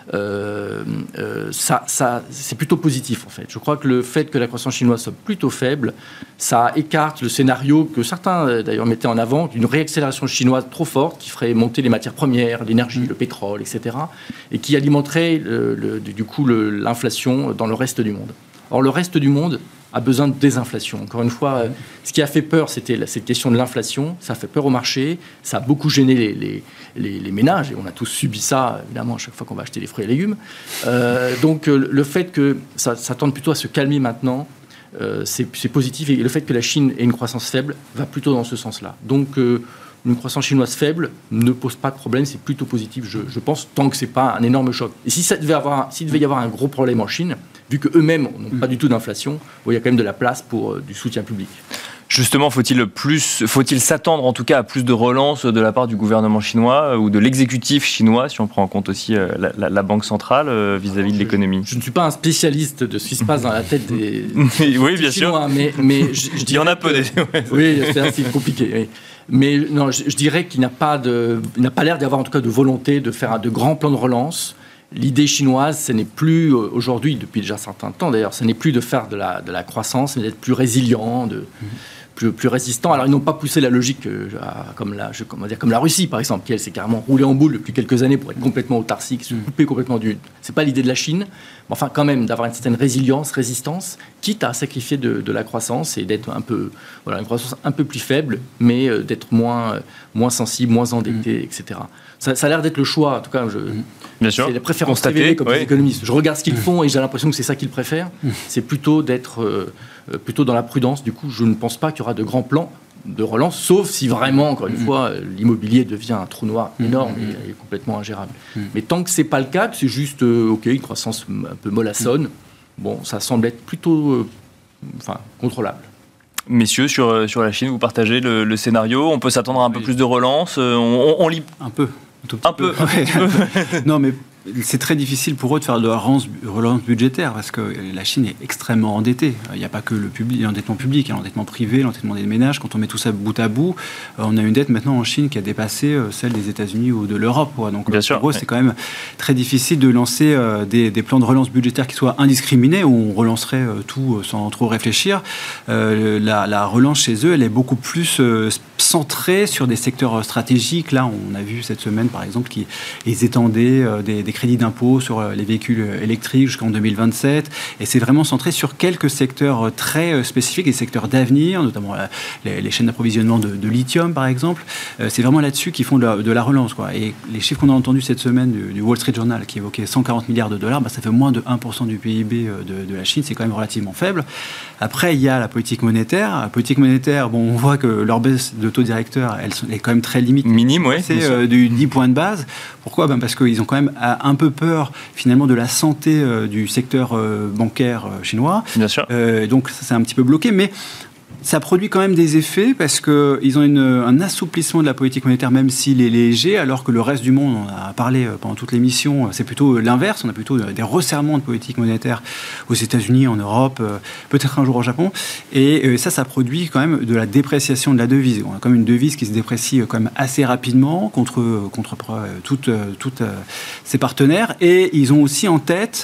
euh, euh, ça, ça, c'est plutôt positif, en fait. Je crois que le fait que la croissance chinoise soit plutôt faible, ça écarte le scénario que certains, d'ailleurs, mettaient en avant, d'une réaccélération chinoise trop forte qui ferait monter les matières premières, l'énergie, le pétrole, et cetera, et qui alimenterait, le, le, du coup, le, l'inflation dans le reste du monde. Or, le reste du monde a besoin de désinflation. Encore une fois, euh, ce qui a fait peur, c'était cette question de l'inflation. Ça a fait peur au marché. Ça a beaucoup gêné les, les, les, les ménages. Et on a tous subi ça, évidemment, à chaque fois qu'on va acheter des fruits et légumes. Euh, donc, euh, le fait que ça, ça tende plutôt à se calmer maintenant, euh, c'est, c'est positif. Et le fait que la Chine ait une croissance faible va plutôt dans ce sens-là. Donc, euh, une croissance chinoise faible ne pose pas de problème. C'est plutôt positif, je, je pense, tant que ce n'est pas un énorme choc. Et si ça devait avoir, s'il devait y avoir un gros problème en Chine, vu qu'eux-mêmes n'ont pas du tout d'inflation, bon, il y a quand même de la place pour euh, du soutien public. Justement, faut-il, plus, faut-il s'attendre en tout cas à plus de relance de la part du gouvernement chinois ou de l'exécutif chinois, si on prend en compte aussi euh, la, la, la Banque centrale euh, vis-à-vis de l'économie? Je, je ne suis pas un spécialiste de ce qui se passe dans la tête des, oui, des bien Chinois, sûr. mais, mais je, je il y en a peu. Des... oui, c'est assez compliqué. Oui. Mais non, je, je dirais qu'il n'a pas de, il n'a pas l'air d'y avoir en tout cas de volonté de faire un, de grands plans de relance. L'idée chinoise, ce n'est plus aujourd'hui, depuis déjà un certain temps d'ailleurs, ce n'est plus de faire de la, de la croissance, mais d'être plus résilient, de, mmh. plus, plus résistant. Alors ils n'ont pas poussé la logique euh, à, comme, la, je, comment dire, comme la Russie par exemple, qui elle s'est carrément roulée en boule depuis quelques années pour être complètement autarcique, se couper complètement du... C'est pas l'idée de la Chine, mais enfin quand même d'avoir une certaine résilience, résistance, quitte à sacrifier de, de la croissance et d'être un peu, voilà, une croissance un peu plus faible, mais euh, d'être moins, euh, moins sensible, moins endetté, mmh. et cetera. Ça, ça a l'air d'être le choix, en tout cas, je, Bien sûr. c'est la préférence Constaté, comme oui. les économistes. Je regarde ce qu'ils font et j'ai l'impression que c'est ça qu'ils préfèrent. C'est plutôt d'être euh, plutôt dans la prudence. Du coup, je ne pense pas qu'il y aura de grands plans de relance, sauf si vraiment, encore une fois, l'immobilier devient un trou noir énorme et, et complètement ingérable. Mais tant que c'est pas le cas, que c'est juste, euh, ok, une croissance un peu mollassonne, bon, ça semble être plutôt, euh, enfin, contrôlable. Messieurs, sur, sur la Chine, vous partagez le, le scénario. On peut s'attendre à un peu oui. plus de relance. On, on, on lit un peu. Un peu. Un peu. Ouais. Non, mais c'est très difficile pour eux de faire de la relance, relance budgétaire parce que la Chine est extrêmement endettée. Il n'y a pas que le public, l'endettement public, il y a l'endettement privé, l'endettement des ménages. Quand on met tout ça bout à bout, on a une dette maintenant en Chine qui a dépassé celle des États-Unis ou de l'Europe. Donc Bien pour sûr, eux, c'est quand même très difficile de lancer des, des plans de relance budgétaire qui soient indiscriminés, où on relancerait tout sans trop réfléchir. Euh, la, la relance chez eux, elle est beaucoup plus centrée sur des secteurs stratégiques. Là, on a vu cette semaine, par exemple, qu'ils étendaient des, des crédits d'impôt sur les véhicules électriques jusqu'en deux mille vingt-sept. Et c'est vraiment centré sur quelques secteurs très spécifiques, des secteurs d'avenir, notamment les, les chaînes d'approvisionnement de, de lithium, par exemple. C'est vraiment là-dessus qu'ils font de la, de la relance, quoi. Et les chiffres qu'on a entendus cette semaine du, du Wall Street Journal, qui évoquait cent quarante milliards de dollars, bah, ça fait moins de un pour cent du P I B de, de la Chine. C'est quand même relativement faible. Après, il y a la politique monétaire. La politique monétaire, bon, on voit que leur baisse de taux directeur, elle, elle est quand même très limitée. Minime, oui. C'est euh, du dix points de base. Pourquoi ? Ben parce qu'ils ont quand même un peu peur, finalement, de la santé euh, du secteur euh, bancaire euh, chinois. Bien sûr. Euh, donc, ça, c'est un petit peu bloqué. Mais ça produit quand même des effets parce qu'ils ont une, un assouplissement de la politique monétaire, même s'il est léger, alors que le reste du monde, on a parlé pendant toute l'émission, c'est plutôt l'inverse. On a plutôt des resserrements de politique monétaire aux États-Unis, en Europe, peut-être un jour au Japon. Et ça, ça produit quand même de la dépréciation de la devise. On a quand même une devise qui se déprécie quand même assez rapidement contre, contre toutes, toutes ses partenaires. Et ils ont aussi en tête,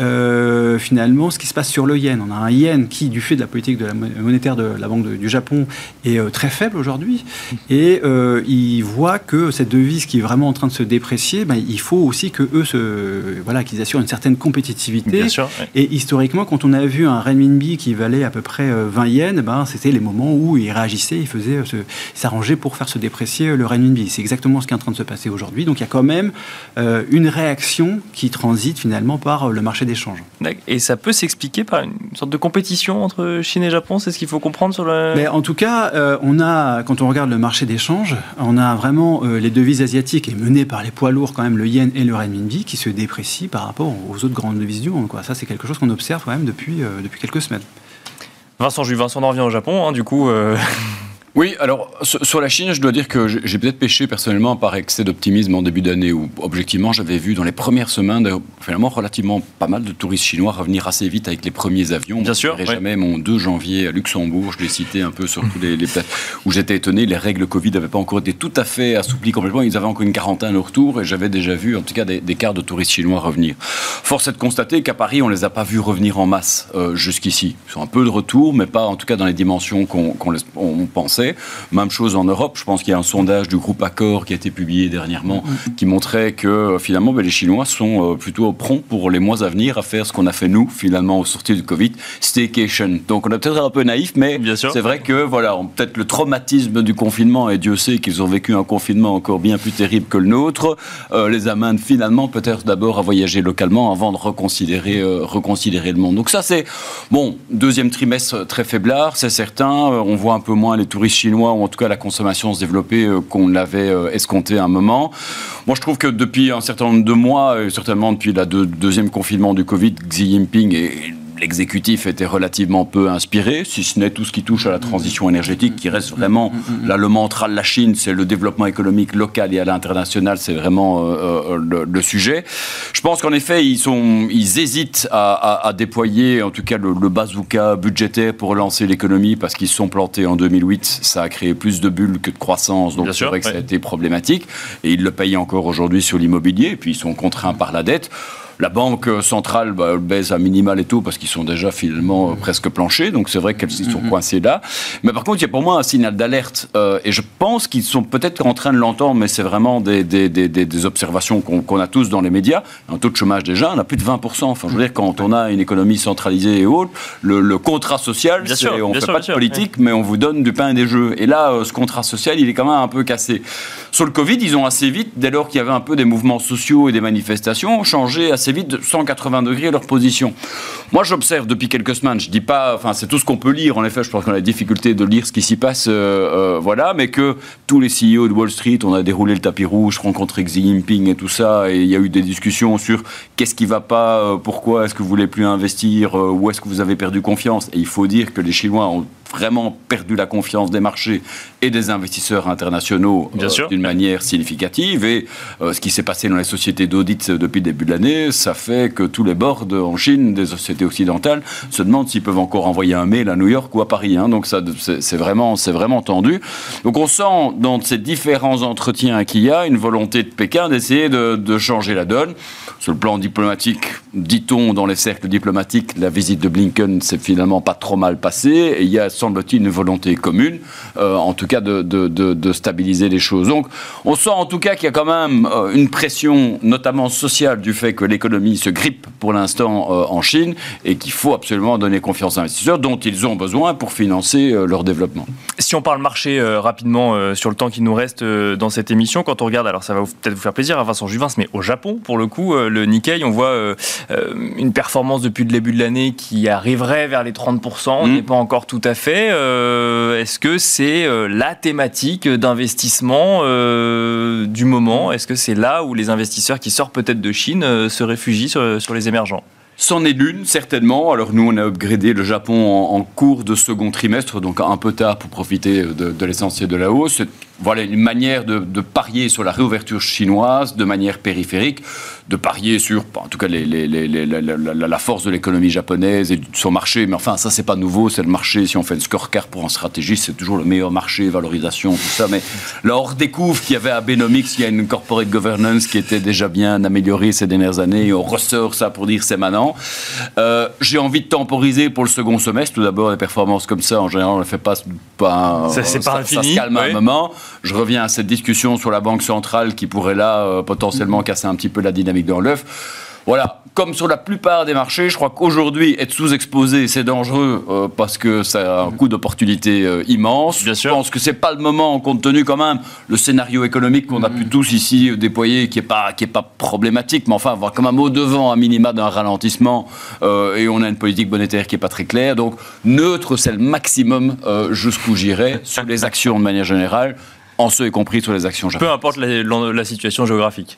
euh, finalement, ce qui se passe sur le yen. On a un yen qui, du fait de la politique de la monétaire de la Banque de, du Japon, est euh, très faible aujourd'hui. Et euh, ils voient que cette devise qui est vraiment en train de se déprécier, ben, il faut aussi que eux se, voilà, qu'ils assurent une certaine compétitivité. Bien sûr, ouais. Et historiquement, quand on a vu un renminbi qui valait à peu près vingt yens, ben, c'était les moments où ils réagissaient, ils faisaient, se, ils s'arrangeaient pour faire se déprécier le renminbi. C'est exactement ce qui est en train de se passer aujourd'hui. Donc il y a quand même euh, une réaction qui transite finalement par le marché d'échange. et ça peut s'expliquer par une sorte de compétition entre Chine et Japon. C'est ce qu'il faut comprendre sur le... Mais en tout cas, euh, on a, quand on regarde le marché d'échange, on a vraiment euh, les devises asiatiques et menées par les poids lourds quand même, le yen et le renminbi, qui se déprécient par rapport aux autres grandes devises du monde, quoi. Ça, c'est quelque chose qu'on observe quand même depuis, euh, depuis quelques semaines. Vincent Juvin, on en revient au Japon, hein, du coup... Euh... Oui, alors sur la Chine, je dois dire que j'ai peut-être péché personnellement par excès d'optimisme en début d'année où, objectivement, j'avais vu dans les premières semaines, finalement, relativement pas mal de touristes chinois revenir assez vite avec les premiers avions. Bien sûr. Je ne jamais mon deux janvier à Luxembourg, je l'ai cité un peu sur tous les, les places où j'étais étonné, les règles Covid n'avaient pas encore été tout à fait assouplies complètement. Ils avaient encore une quarantaine au retour et j'avais déjà vu, en tout cas, des, des quarts de touristes chinois revenir. Force est de constater qu'à Paris, on ne les a pas vus revenir en masse euh, jusqu'ici. Ils sont un peu de retour, mais pas en tout cas dans les dimensions qu'on, qu'on les, on pensait. Même chose en Europe, je pense qu'il y a un sondage du groupe Accor qui a été publié dernièrement qui montrait que finalement ben, les Chinois sont plutôt prompts pour les mois à venir à faire ce qu'on a fait nous finalement au sortir du Covid, staycation. Donc on est peut-être un peu naïf, mais c'est vrai que voilà, on, peut-être le traumatisme du confinement, et Dieu sait qu'ils ont vécu un confinement encore bien plus terrible que le nôtre, euh, les amène finalement peut-être d'abord à voyager localement avant de reconsidérer, euh, reconsidérer le monde. Donc ça c'est, bon, deuxième trimestre très faiblard, c'est certain, on voit un peu moins les touristes chinois, ou en tout cas la consommation se développer euh, qu'on l'avait euh, escompté à un moment. Moi je trouve que depuis un certain nombre de mois, et certainement depuis le deux, deuxième confinement du Covid, Xi Jinping et l'exécutif était relativement peu inspiré, si ce n'est tout ce qui touche à la transition énergétique, qui reste vraiment, là le mantra de la Chine, c'est le développement économique local et à l'international, c'est vraiment euh, le, le sujet. Je pense qu'en effet, ils, sont, ils hésitent à, à, à déployer, en tout cas, le, le bazooka budgétaire pour relancer l'économie, parce qu'ils se sont plantés en deux mille huit, ça a créé plus de bulles que de croissance, donc Bien c'est sûr, vrai que ouais. ça a été problématique, et ils le payent encore aujourd'hui sur l'immobilier, et puis ils sont contraints par la dette. La banque centrale bah, baisse à minimal et tout parce qu'ils sont déjà finalement euh, presque planchés, donc c'est vrai qu'ils sont coincés là. Mais par contre, il y a pour moi un signal d'alerte euh, et je pense qu'ils sont peut-être en train de l'entendre, mais c'est vraiment des, des, des, des observations qu'on, qu'on a tous dans les médias. Un taux de chômage déjà, on a plus de vingt pour cent. Enfin, je veux dire, quand on a une économie centralisée et autres, le, le contrat social, c'est, sûr, on ne fait sûr, pas de sûr, politique, ouais. mais on vous donne du pain et des jeux. Et là, euh, ce contrat social, il est quand même un peu cassé. Sur le Covid, ils ont assez vite, dès lors qu'il y avait un peu des mouvements sociaux et des manifestations, changé assez vite de cent quatre-vingts degrés leur position. Moi, j'observe depuis quelques semaines, je dis pas, enfin, c'est tout ce qu'on peut lire, en effet, je pense qu'on a la difficulté de lire ce qui s'y passe, euh, euh, voilà, mais que tous les C E O de Wall Street, on a déroulé le tapis rouge, rencontré Xi Jinping et tout ça, et il y a eu des discussions sur qu'est-ce qui va pas, euh, pourquoi est-ce que vous voulez plus investir, euh, où est-ce que vous avez perdu confiance, et il faut dire que les Chinois ont vraiment perdu la confiance des marchés et des investisseurs internationaux euh, d'une manière significative. Et euh, ce qui s'est passé dans les sociétés d'audit depuis le début de l'année, ça fait que tous les boards en Chine, des sociétés occidentales, se demandent s'ils peuvent encore envoyer un mail à New York ou à Paris. Hein. Donc ça, c'est, c'est, vraiment, c'est vraiment tendu. Donc on sent dans ces différents entretiens qu'il y a une volonté de Pékin d'essayer de, de changer la donne. Sur le plan diplomatique, dit-on dans les cercles diplomatiques, la visite de Blinken s'est finalement pas trop mal passée. Et il y a, semble-t-il, une volonté commune, euh, en tout cas de, de, de, de stabiliser les choses. Donc, on sent en tout cas qu'il y a quand même euh, une pression, notamment sociale, du fait que l'économie se grippe pour l'instant euh, en Chine et qu'il faut absolument donner confiance aux investisseurs dont ils ont besoin pour financer euh, leur développement. Si on parle marché euh, rapidement euh, sur le temps qui nous reste euh, dans cette émission, quand on regarde, alors ça va vous, peut-être vous faire plaisir, hein, Vincent Juvin, mais au Japon, pour le coup, euh, le Nikkei, on voit euh, euh, une performance depuis le début de l'année qui arriverait vers les trente pour cent, on mmh. n'est pas encore tout à fait. Euh, est-ce que c'est euh, la thématique d'investissement euh, du moment ? Est-ce que c'est là où les investisseurs qui sortent peut-être de Chine euh, se réfugient sur, sur les émergents ? C'en est l'une, certainement. Alors nous, on a upgradé le Japon en, en cours de second trimestre, donc un peu tard pour profiter de, de l'essentiel de la hausse. C'est, voilà, une manière de, de parier sur la réouverture chinoise de manière périphérique, de parier sur, en tout cas, les, les, les, les, la, la, la force de l'économie japonaise et de son marché. Mais enfin, ça, c'est pas nouveau. C'est le marché, si on fait une scorecard pour un stratégiste, c'est toujours le meilleur marché, valorisation, tout ça. Mais là, on redécouvre qu'il y avait à Abenomics, il y a une corporate governance qui était déjà bien améliorée ces dernières années. Et on ressort ça pour dire c'est maintenant. Euh, j'ai envie de temporiser pour le second semestre. Tout d'abord, les performances comme ça, en général, on ne les fait pas. pas ça, c'est ça, pas infini. Ça se calme oui. à un moment. Je reviens à cette discussion sur la Banque centrale qui pourrait là euh, potentiellement casser un petit peu la dynamique dans l'œuf. Voilà, comme sur la plupart des marchés, je crois qu'aujourd'hui, être sous-exposé, c'est dangereux euh, parce que ça a un coût d'opportunité euh, immense. Bien sûr. Je pense que c'est pas le moment, compte tenu quand même le scénario économique qu'on a pu tous ici déployer, qui est pas qui est pas problématique, mais enfin, avoir comme un au-devant, un minima d'un ralentissement, euh, et on a une politique monétaire qui est pas très claire. Donc, neutre, c'est le maximum euh, jusqu'où j'irai sur les actions de manière générale, en ce y compris sur les actions japonaises. Peu importe la, la, la situation géographique.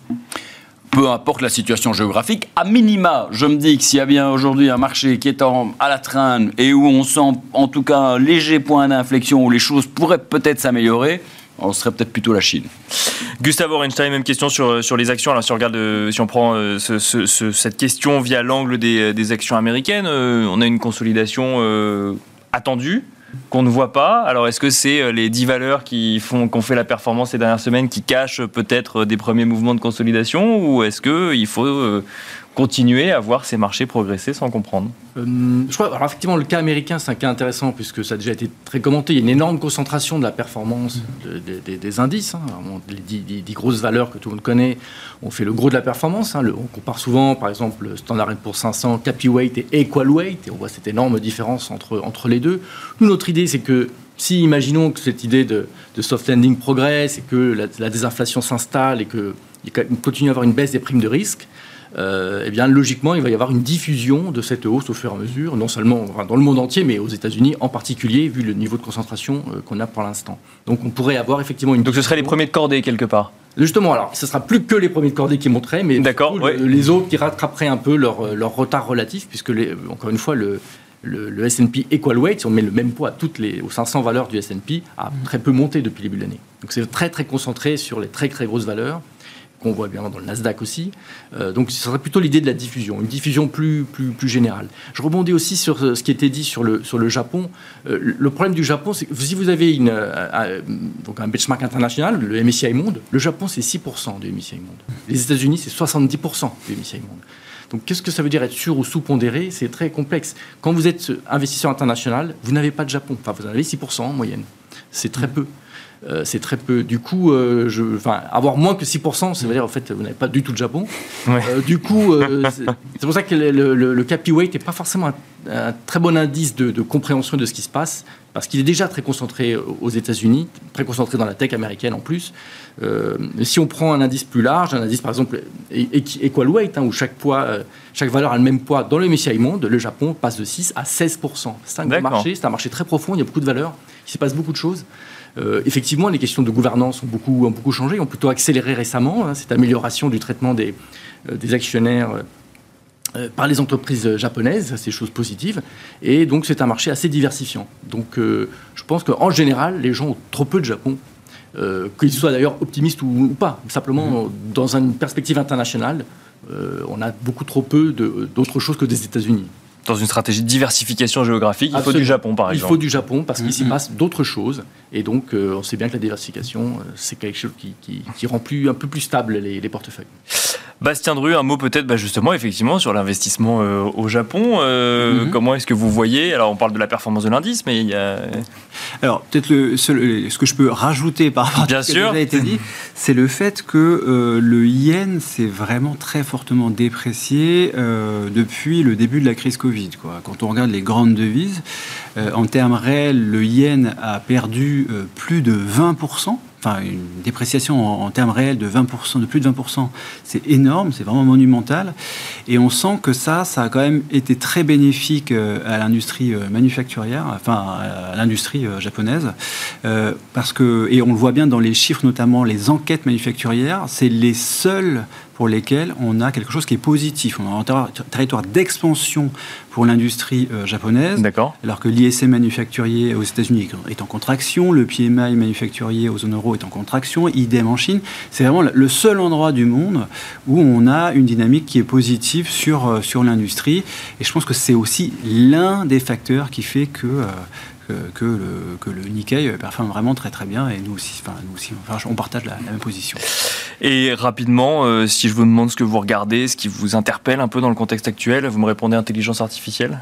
Peu importe la situation géographique, à minima, je me dis que s'il y a bien aujourd'hui un marché qui est en, à la traîne et où on sent en tout cas un léger point d'inflexion où les choses pourraient peut-être s'améliorer, on serait peut-être plutôt la Chine. Gustave Orenstein, même question sur, sur les actions. Alors, si on regarde, euh, si on prend euh, ce, ce, ce, cette question via l'angle des, des actions américaines, euh, on a une consolidation euh, attendue, qu'on ne voit pas. Alors, est-ce que c'est les dix valeurs qui font, qui ont fait la performance ces dernières semaines qui cachent peut-être des premiers mouvements de consolidation, ou est-ce qu'il faut euh, continuer à voir ces marchés progresser sans comprendre? euh, je crois, alors effectivement, le cas américain, c'est un cas intéressant puisque ça a déjà été très commenté. Il y a une énorme concentration de la performance de, de, de, des indices. Hein. Les dix, dix, dix grosses valeurs que tout le monde connaît ont fait le gros de la performance. Hein. Le, on compare souvent, par exemple, le Standard and Poor's cinq cents, Capi Weight et Equal Weight, et on voit cette énorme différence entre, entre les deux. Nous, notre idée, c'est que si, imaginons que cette idée de, de soft landing progresse et que la, la désinflation s'installe et qu'il continue à avoir une baisse des primes de risque, Euh, eh bien, logiquement, il va y avoir une diffusion de cette hausse au fur et à mesure, non seulement enfin, dans le monde entier, mais aux États-Unis en particulier, vu le niveau de concentration euh, qu'on a pour l'instant. Donc, on pourrait avoir effectivement une. Donc, ce seraient les premiers de cordée quelque part. Justement, alors, ce ne sera plus que les premiers de cordée qui monteraient, mais D'accord, ouais. le, les autres qui rattraperaient un peu leur, leur retard relatif, puisque, les, encore une fois, le. Le, le S and P Equal Weight, si on met le même poids à toutes les, aux cinq cents valeurs du S and P, a très peu monté depuis le début de l'année. Donc c'est très très concentré sur les très très grosses valeurs, qu'on voit bien dans le Nasdaq aussi. Euh, donc ce serait plutôt l'idée de la diffusion, une diffusion plus, plus, plus générale. Je rebondis aussi sur ce qui était dit sur le, sur le Japon. Euh, le problème du Japon, c'est que si vous avez une, un, donc un benchmark international, le M S C I Monde, le Japon c'est six pour cent du M S C I Monde. Les États-Unis c'est soixante-dix pour cent du M S C I Monde. Donc, qu'est-ce que ça veut dire être sur ou sous-pondéré? C'est très complexe. Quand vous êtes investisseur international, vous n'avez pas de Japon. Enfin, vous en avez six pour cent en moyenne. C'est très peu. Euh, c'est très peu. Du coup, euh, je, enfin, avoir moins que six pour cent, ça veut dire en fait, vous n'avez pas du tout de Japon. Ouais. Euh, du coup, euh, c'est, c'est pour ça que le, le, le Capi Weight n'est pas forcément un, un très bon indice de, de compréhension de ce qui se passe, parce qu'il est déjà très concentré aux États-Unis, très concentré dans la tech américaine en plus. Euh, si on prend un indice plus large, un indice par exemple Equal Weight, hein, où chaque poids, euh, chaque valeur a le même poids dans le M S C I Monde, le Japon passe de six à seize pour cent. C'est un gros marché, c'est un marché très profond, il y a beaucoup de valeurs, il se passe beaucoup de choses. Euh, effectivement, les questions de gouvernance ont beaucoup, ont beaucoup changé, ont plutôt accéléré récemment, hein, cette amélioration du traitement des, euh, des actionnaires euh, par les entreprises japonaises, c'est chose positive, et donc c'est un marché assez diversifiant. Donc euh, je pense qu'en général, les gens ont trop peu de Japon, euh, qu'ils soient d'ailleurs optimistes ou, ou pas. Simplement, mmh. dans une perspective internationale, euh, on a beaucoup trop peu de, d'autres choses que des États-Unis. Dans une stratégie de diversification géographique, il Absolument. faut du Japon, par exemple. Il faut du Japon parce qu'il mmh. s'y passe d'autres choses. Et donc, euh, on sait bien que la diversification, euh, c'est quelque chose qui, qui, qui rend plus, un peu plus stable les, les portefeuilles. Bastien Drue, un mot peut-être bah justement effectivement sur l'investissement euh, au Japon. Euh, mm-hmm. Comment est-ce que vous voyez, alors on parle de la performance de l'indice, mais il y a... Alors peut-être le, seul, ce que je peux rajouter par rapport à ce qui a déjà été dit, c'est le fait que euh, le yen s'est vraiment très fortement déprécié euh, depuis le début de la crise Covid, quoi. Quand on regarde les grandes devises, euh, en termes réels, le yen a perdu euh, plus de vingt pour cent. Enfin, une dépréciation en, en termes réels de vingt pour cent, de plus de vingt pour cent, c'est énorme, c'est vraiment monumental. Et on sent que ça, ça a quand même été très bénéfique euh, à l'industrie euh, manufacturière, enfin à l'industrie euh, japonaise, euh, parce que, et on le voit bien dans les chiffres, notamment les enquêtes manufacturières, c'est les seuls pour lesquels on a quelque chose qui est positif. On a un ter- territoire d'expansion pour l'industrie euh, japonaise, D'accord. alors que l'I S M manufacturier aux États-Unis est en contraction, le P M I manufacturier aux zones euro est en contraction, idem en Chine. C'est vraiment le seul endroit du monde où on a une dynamique qui est positive sur, euh, sur l'industrie. Et je pense que c'est aussi l'un des facteurs qui fait que... Euh, Que, que, le, que le Nikkei performe vraiment très très bien, et nous aussi, enfin, nous aussi enfin, on partage la, la même position. Et rapidement, euh, si je vous demande ce que vous regardez, ce qui vous interpelle un peu dans le contexte actuel, vous me répondez intelligence artificielle ?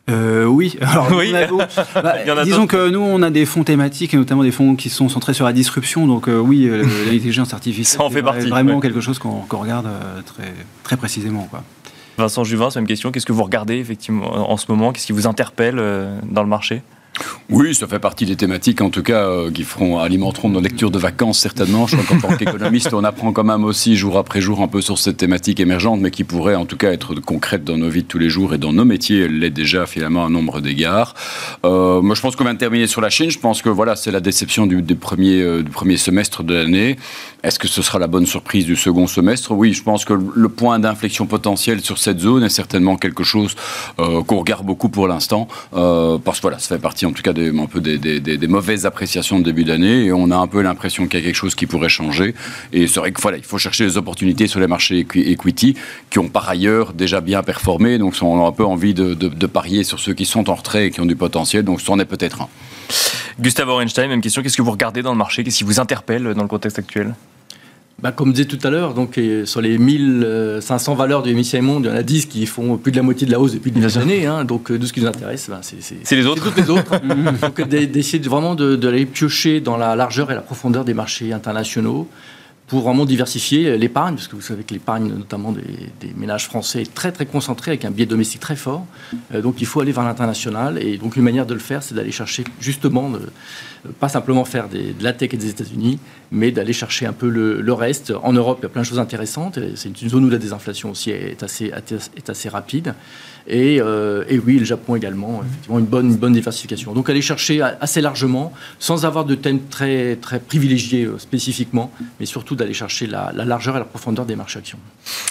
Euh, oui, alors Oui. on a beau- bah, Il y en a disons d'autres. que nous on a des fonds thématiques et notamment des fonds qui sont centrés sur la disruption, donc euh, oui, euh, l'intelligence artificielle, Ça en fait c'est partie, vraiment ouais. quelque chose qu'on qu'on regarde euh, très, très précisément, quoi. Vincent Juvin, c'est une question. Qu'est-ce que vous regardez effectivement en ce moment? Qu'est-ce qui vous interpelle euh, dans le marché? Oui, ça fait partie des thématiques, en tout cas, euh, qui feront, alimenteront nos lectures de vacances, certainement. Je crois qu'en tant qu'économiste, on apprend quand même aussi, jour après jour, un peu sur cette thématique émergente, mais qui pourrait, en tout cas, être concrète dans nos vies de tous les jours et dans nos métiers. Elle l'est déjà, finalement, à un nombre d'égards. Euh, moi, je pense qu'on vient de terminer sur la Chine. Je pense que, voilà, c'est la déception du, du, premier, euh, du premier semestre de l'année. Est-ce que ce sera la bonne surprise du second semestre? Oui, je pense que le point d'inflexion potentiel sur cette zone est certainement quelque chose euh, qu'on regarde beaucoup pour l'instant, euh, parce que, voilà, ça fait partie, en tout cas, des un peu des, des, des, des mauvaises appréciations de début d'année, et on a un peu l'impression qu'il y a quelque chose qui pourrait changer. Et c'est vrai qu'il voilà, il faut chercher des opportunités sur les marchés equity qui ont par ailleurs déjà bien performé, donc on a un peu envie de, de, de parier sur ceux qui sont en retrait et qui ont du potentiel, donc c'en est peut-être un. Gustave Orenstein, même question. Qu'est-ce que vous regardez dans le marché? Qu'est-ce qui vous interpelle dans le contexte actuel? Bah, comme je disais tout à l'heure, donc, sur les mille cinq cents valeurs du M S C I Monde, il y en a dix qui font plus de la moitié de la hausse depuis le début de l'année. Hein, donc, de ce qui nous intéresse, bah, c'est, c'est, c'est les autres. C'est toutes les autres. Donc, d'essayer de, vraiment de, d'aller piocher dans la largeur et la profondeur des marchés internationaux pour vraiment diversifier l'épargne, parce que vous savez que l'épargne, notamment des, des ménages français, est très très concentrée avec un biais domestique très fort. Euh, donc il faut aller vers l'international, et donc une manière de le faire, c'est d'aller chercher justement, de, pas simplement faire des, de la tech et des États-Unis, mais d'aller chercher un peu le, le reste. En Europe, il y a plein de choses intéressantes. C'est une zone où la désinflation aussi est assez, est assez rapide. Et, euh, et oui, le Japon également, effectivement, une bonne, une bonne diversification. Donc aller chercher assez largement, sans avoir de thème très, très privilégié euh, spécifiquement, mais surtout d'aller chercher la, la largeur et la profondeur des marchés actions.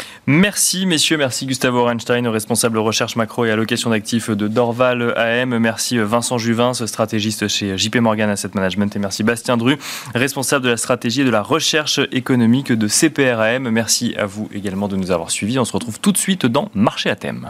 Merci messieurs, merci Gustave Orenstein, responsable recherche macro et allocation d'actifs de Dorval A M. Merci Vincent Juvin, stratégiste chez J P Morgan Asset Management. Et merci Bastien Dru, responsable de la stratégie et de la recherche économique de C P R A M. Merci à vous également de nous avoir suivis. On se retrouve tout de suite dans Marché à thème.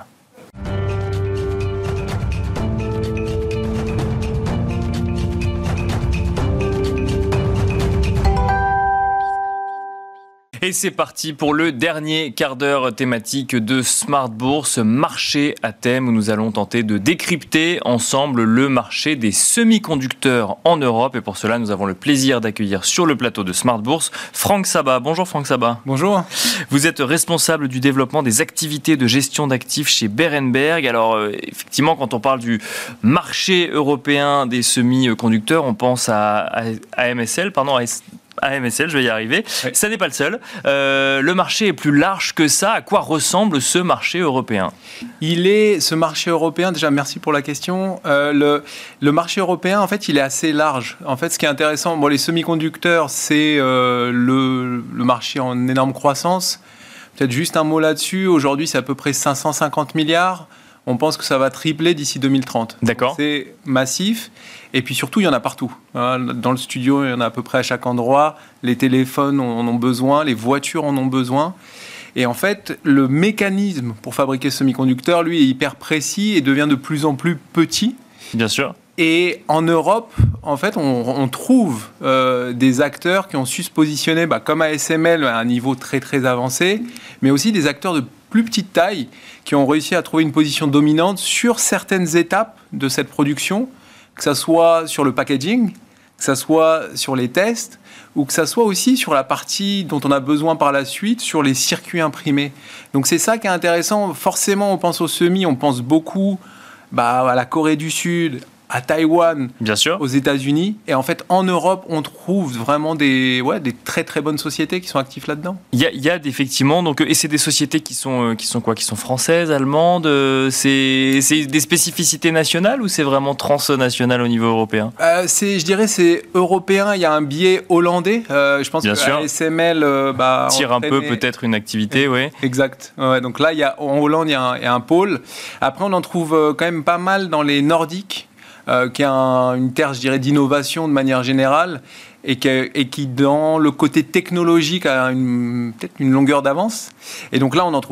Et c'est parti pour le dernier quart d'heure thématique de Smart Bourse, marché à thème, où nous allons tenter de décrypter ensemble le marché des semi-conducteurs en Europe. Et pour cela, nous avons le plaisir d'accueillir sur le plateau de Smart Bourse Franck Sabat. Bonjour Franck Sabat. Bonjour. Vous êtes responsable du développement des activités de gestion d'actifs chez Berenberg. Alors euh, effectivement, quand on parle du marché européen des semi-conducteurs, on pense à, à, à M S L, pardon, à A M S L, je vais y arriver. Oui. Ça n'est pas le seul. Euh, le marché est plus large que ça. À quoi ressemble ce marché européen ? Il est, ce marché européen, déjà merci pour la question, euh, le, le marché européen, en fait, il est assez large. En fait, ce qui est intéressant, bon, les semi-conducteurs, c'est euh, le, le marché en énorme croissance. Peut-être juste un mot là-dessus. Aujourd'hui, c'est à peu près cinq cent cinquante milliards. On pense que ça va tripler d'ici deux mille trente. D'accord. C'est massif. Et puis surtout, il y en a partout. Dans le studio, il y en a à peu près à chaque endroit. Les téléphones en ont besoin, les voitures en ont besoin. Et en fait, le mécanisme pour fabriquer ce semi-conducteur, lui, est hyper précis et devient de plus en plus petit. Bien sûr. Et en Europe, en fait, on, on trouve euh, des acteurs qui ont su se positionner, bah, comme A S M L, à un niveau très très avancé, mais aussi des acteurs de plus petite taille qui ont réussi à trouver une position dominante sur certaines étapes de cette production, que ça soit sur le packaging, que ça soit sur les tests, ou que ça soit aussi sur la partie dont on a besoin par la suite, sur les circuits imprimés. Donc c'est ça qui est intéressant. Forcément, on pense au semi, on pense beaucoup bah, à la Corée du Sud, à Taïwan, bien sûr, aux États-Unis. Et en fait, en Europe, on trouve vraiment des, ouais, des très très bonnes sociétés qui sont actives là-dedans. Il y a, il y a effectivement, donc, et c'est des sociétés qui sont, qui sont quoi, qui sont françaises, allemandes. C'est, c'est des spécificités nationales ou c'est vraiment transnational au niveau européen ? euh, c'est, je dirais, c'est européen. Il y a un biais hollandais. Euh, je pense bien que sûr. A S M L euh, bah, tire entraîné... un peu peut-être une activité, oui. Exact. Ouais, donc là, il y a, en Hollande, il y a, un, il y a un pôle. Après, on en trouve quand même pas mal dans les Nordiques. Euh, qui est un, une terre, je dirais, d'innovation de manière générale et qui, et qui dans le côté technologique, a une, peut-être une longueur d'avance. Et donc là, on en trouve.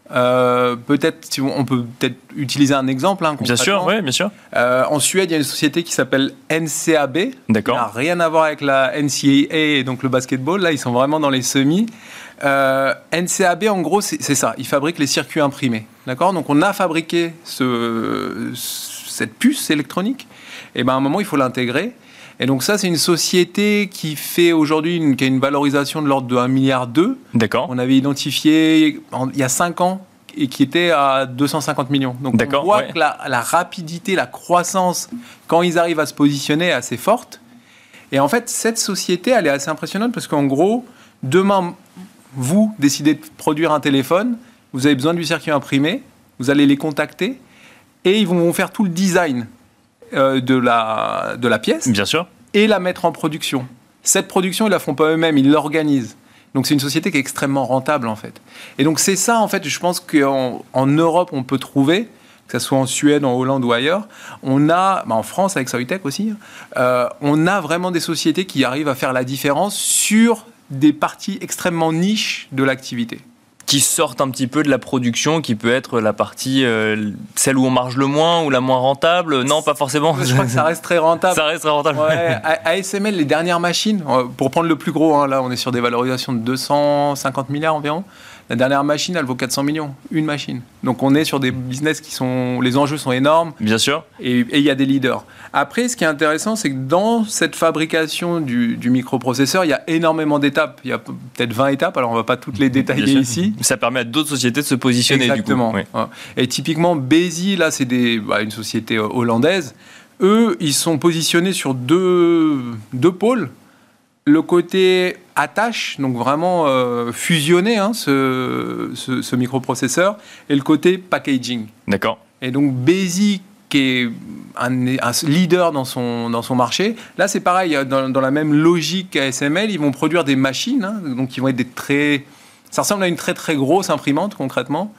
Euh, peut-être, si on peut peut-être utiliser un exemple. Hein, bien sûr, oui, bien sûr. Euh, en Suède, il y a une société qui s'appelle N C A B. D'accord. Qui n'a rien à voir avec la N C A A et donc le basketball. Là, ils sont vraiment dans les semis. Euh, N C A B, en gros, c'est, c'est ça. Ils fabriquent les circuits imprimés. D'accord ? Donc, on a fabriqué ce, cette puce électronique. Et ben, à un moment, il faut l'intégrer. Et donc ça, c'est une société qui fait aujourd'hui une, qui a une valorisation de l'ordre de un virgule deux milliard. D'accord. On avait identifié en, il y a cinq ans et qui était à deux cent cinquante millions. Donc D'accord, on voit ouais. que la, la rapidité, la croissance, quand ils arrivent à se positionner, est assez forte. Et en fait, cette société, elle est assez impressionnante parce qu'en gros, demain, vous décidez de produire un téléphone, vous avez besoin du circuit imprimé, vous allez les contacter et ils vont faire tout le design de la, de la pièce. Bien sûr. Et la mettre en production. Cette production, ils la font pas eux-mêmes, ils l'organisent. Donc c'est une société qui est extrêmement rentable en fait. Et donc c'est ça en fait, je pense qu'en en Europe on peut trouver, que ce soit en Suède, en Hollande ou ailleurs, on a, bah en France avec Soitec aussi, euh, on a vraiment des sociétés qui arrivent à faire la différence sur des parties extrêmement niches de l'activité. Qui sortent un petit peu de la production, qui peut être la partie, euh, celle où on marge le moins ou la moins rentable. Non, pas forcément. Je crois que ça reste très rentable. Ça reste très rentable. Ouais, A S M L, les dernières machines, pour prendre le plus gros, hein, là on est sur des valorisations de deux cent cinquante milliards environ. La dernière machine, elle vaut quatre cents millions, une machine. Donc on est sur des business qui sont, les enjeux sont énormes. Bien sûr. Et il y a des leaders. Après, ce qui est intéressant, c'est que dans cette fabrication du, du microprocesseur, il y a énormément d'étapes. Il y a peut-être vingt étapes, alors on ne va pas toutes les détailler ici. Ça permet à d'autres sociétés de se positionner. Exactement. Du coup. Oui. Et typiquement, Besi, là, c'est des, bah, une société hollandaise. Eux, ils sont positionnés sur deux, deux pôles. Le côté attache, donc vraiment euh, fusionner hein, ce, ce, ce microprocesseur, et le côté packaging. D'accord. Et donc Besi, qui est un, un leader dans son, dans son marché, là c'est pareil, dans, dans la même logique qu'A S M L, ils vont produire des machines, hein, donc qui vont être des très... Ça ressemble à une très très grosse imprimante concrètement.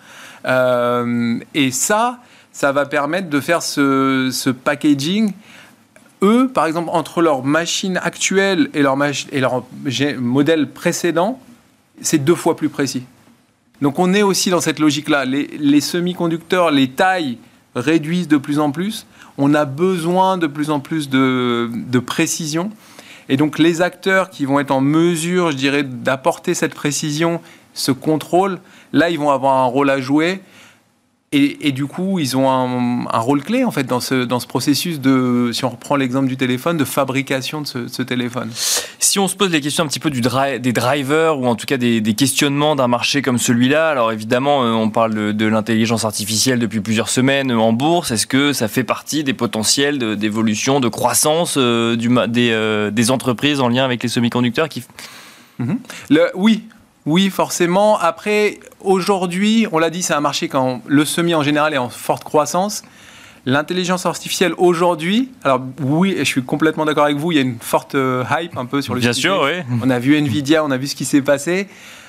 Euh, et ça, ça va permettre de faire ce, ce packaging. Eux, par exemple, entre leur machine actuelle et leur, mach- et leur modèle précédent, c'est deux fois plus précis. Donc on est aussi dans cette logique-là. Les, les semi-conducteurs, les tailles réduisent de plus en plus. On a besoin de plus en plus de, de précision. Et donc les acteurs qui vont être en mesure, je dirais, d'apporter cette précision, ce contrôle, là, ils vont avoir un rôle à jouer. Et, et du coup, ils ont un, un rôle clé en fait dans ce, dans ce processus de, si on reprend l'exemple du téléphone, de fabrication de ce, ce téléphone. Si on se pose les questions un petit peu du dri- des drivers ou en tout cas des, des questionnements d'un marché comme celui-là, alors évidemment, on parle de, de l'intelligence artificielle depuis plusieurs semaines en bourse. Est-ce que ça fait partie des potentiels de, d'évolution, de croissance euh, du, des, euh, des entreprises en lien avec les semi-conducteurs qui... Mm-hmm. Le, oui. Oui, forcément. Après, aujourd'hui, on l'a dit, c'est un marché quand le semi en général est en forte croissance. L'intelligence artificielle aujourd'hui, alors oui, je suis complètement d'accord avec vous, il y a une forte euh, hype un peu sur le Bien sujet. sûr, oui. On a vu Nvidia, on a vu ce qui s'est passé.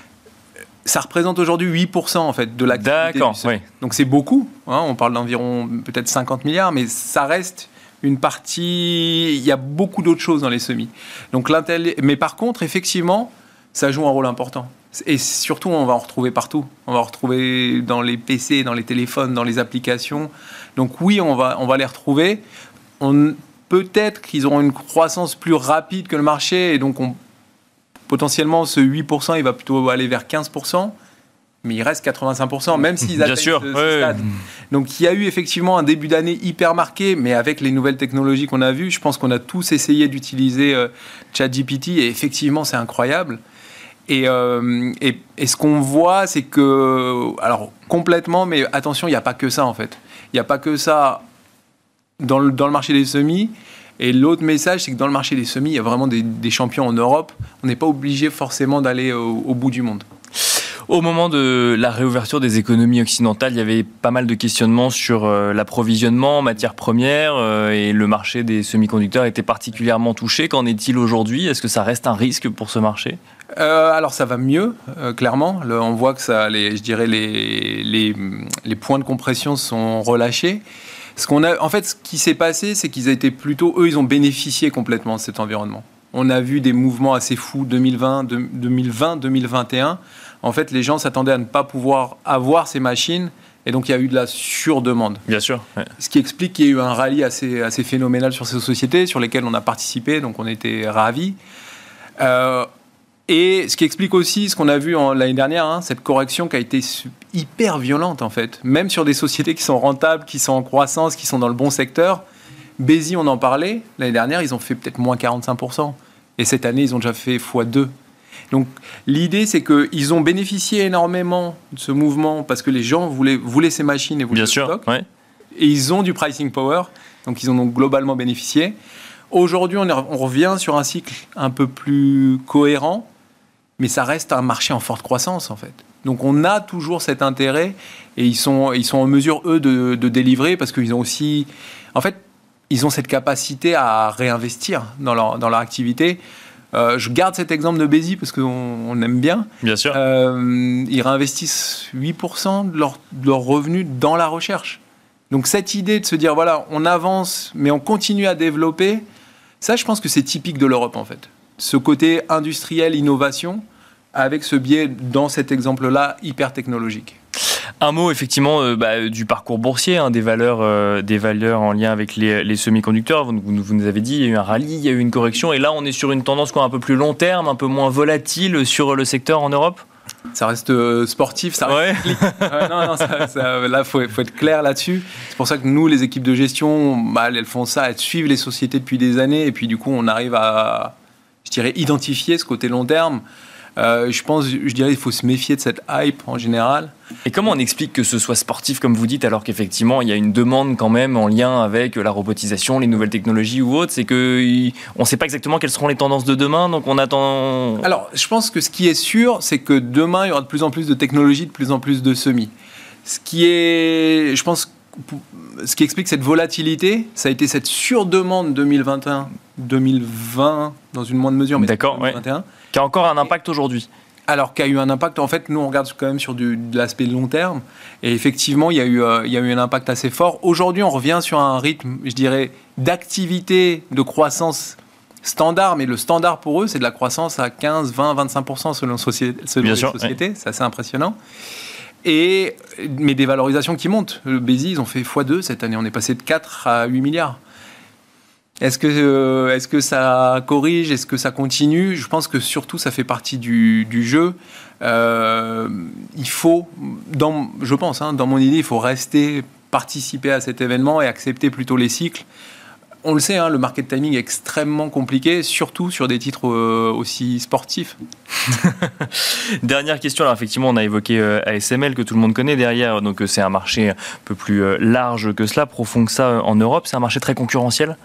Ça représente aujourd'hui huit pour cent en fait de l'activité. D'accord, du semi. oui. Donc c'est beaucoup. Hein, on parle d'environ peut-être cinquante milliards, mais ça reste une partie. Il y a beaucoup d'autres choses dans les semis. Donc l'intelli... Mais par contre, effectivement, ça joue un rôle important. Et surtout, on va en retrouver partout. On va en retrouver dans les P C, dans les téléphones, dans les applications. Donc oui, on va, on va les retrouver. On, peut-être qu'ils auront une croissance plus rapide que le marché. Et donc, on, potentiellement, ce huit pour cent, il va plutôt aller vers quinze pour cent. Mais il reste quatre-vingt-cinq pour cent, même s'ils atteignent sûr, ce, ce ouais. stade. Donc il y a eu effectivement un début d'année hyper marqué, mais avec les nouvelles technologies qu'on a vues, je pense qu'on a tous essayé d'utiliser euh, ChatGPT. Et effectivement, c'est incroyable. Et, euh, et, et ce qu'on voit, c'est que, alors complètement, mais attention, il n'y a pas que ça en fait. Il n'y a pas que ça dans le, dans le marché des semis. Et l'autre message, c'est que dans le marché des semis, il y a vraiment des, des champions en Europe. On n'est pas obligé forcément d'aller au, au bout du monde. Au moment de la réouverture des économies occidentales, il y avait pas mal de questionnements sur euh, l'approvisionnement en matières premières euh, et le marché des semi-conducteurs était particulièrement touché. Qu'en est-il aujourd'hui ? Est-ce que ça reste un risque pour ce marché ? Euh, alors ça va mieux, euh, clairement. Le, on voit que ça, les, je dirais les, les, les points de compression sont relâchés. Ce qu'on a, en fait, ce qui s'est passé, c'est qu'ils ont été plutôt, eux, ils ont bénéficié complètement de cet environnement. On a vu des mouvements assez fous deux mille vingt, deux mille vingt, deux mille vingt et un. en fait, les gens s'attendaient à ne pas pouvoir avoir ces machines. Et donc, il y a eu de la surdemande. Bien sûr. Ouais. Ce qui explique qu'il y a eu un rallye assez, assez phénoménal sur ces sociétés, sur lesquelles on a participé, donc on était ravis. Euh, et ce qui explique aussi ce qu'on a vu en, l'année dernière, hein, cette correction qui a été hyper violente, en fait. Même sur des sociétés qui sont rentables, qui sont en croissance, qui sont dans le bon secteur. Bezi, on en parlait. L'année dernière, ils ont fait peut-être moins quarante-cinq pour cent. Et cette année, ils ont déjà fait fois deux. Donc l'idée, c'est qu'ils ont bénéficié énormément de ce mouvement parce que les gens voulaient, voulaient ces machines et voulaient Bien le sûr, stock. ouais. Et ils ont du pricing power, donc ils en ont globalement bénéficié. Aujourd'hui, on, est, on revient sur un cycle un peu plus cohérent, mais ça reste un marché en forte croissance, en fait. Donc on a toujours cet intérêt et ils sont, ils sont en mesure, eux, de, de délivrer parce qu'ils ont aussi... En fait, ils ont cette capacité à réinvestir dans leur, dans leur activité. Euh, je garde cet exemple de Bezi parce qu'on on aime bien. Bien sûr. Euh, ils réinvestissent huit pour cent de leurs de leur revenus dans la recherche. Donc cette idée de se dire, voilà, on avance, mais on continue à développer, ça, je pense que c'est typique de l'Europe, en fait. Ce côté industriel, innovation, avec ce biais, dans cet exemple-là, hyper technologique. Un mot effectivement euh, bah, du parcours boursier, hein, des valeurs, euh, des valeurs en lien avec les, les semi-conducteurs. Vous, vous, vous nous avez dit, il y a eu un rallye, il y a eu une correction, et là on est sur une tendance quoi, un peu plus long terme, un peu moins volatile sur le secteur en Europe. Ça reste euh, sportif, ça reste ouais. euh, non, non, ça, ça, là, il faut, faut être clair là-dessus. C'est pour ça que nous, les équipes de gestion, bah, elles font ça, elles suivent les sociétés depuis des années, et puis du coup, on arrive à, je dirais, identifier ce côté long terme. Euh, je pense, je dirais, il faut se méfier de cette hype en général. Et comment on explique que ce soit sportif, comme vous dites, alors qu'effectivement, il y a une demande quand même en lien avec la robotisation, les nouvelles technologies ou autres? C'est qu'on ne sait pas exactement quelles seront les tendances de demain, donc on attend... Alors, je pense que ce qui est sûr, c'est que demain, il y aura de plus en plus de technologies, de plus en plus de semis. Ce qui est, je pense, ce qui explique cette volatilité, ça a été cette surdemande deux mille vingt et un, deux mille vingt, dans une moindre mesure, mais D'accord, deux mille vingt et un. Ouais. Qui a encore un impact aujourd'hui. Alors, qui a eu un impact, en fait, nous, on regarde quand même sur du, de l'aspect long terme. Et effectivement, il y a eu, euh, il y a eu un impact assez fort. Aujourd'hui, on revient sur un rythme, je dirais, d'activité, de croissance standard. Mais le standard pour eux, c'est de la croissance à quinze, vingt, vingt-cinq pour cent selon, société, selon Bien les sûr, sociétés. Ouais. C'est assez impressionnant. Et, mais des valorisations qui montent. Le Bezi, ils ont fait fois deux cette année. On est passé de quatre à huit milliards. Est-ce que, euh, est-ce que ça corrige? Est-ce que ça continue? Je pense que surtout, ça fait partie du, du jeu. Euh, il faut, dans, je pense, hein, dans mon idée, il faut rester, participer à cet événement et accepter plutôt les cycles. On le sait, hein, le market timing est extrêmement compliqué, surtout sur des titres euh, aussi sportifs. Dernière question, alors effectivement on a évoqué euh, A S M L que tout le monde connaît derrière, donc euh, c'est un marché un peu plus euh, large que cela, profond que ça euh, en Europe, c'est un marché très concurrentiel?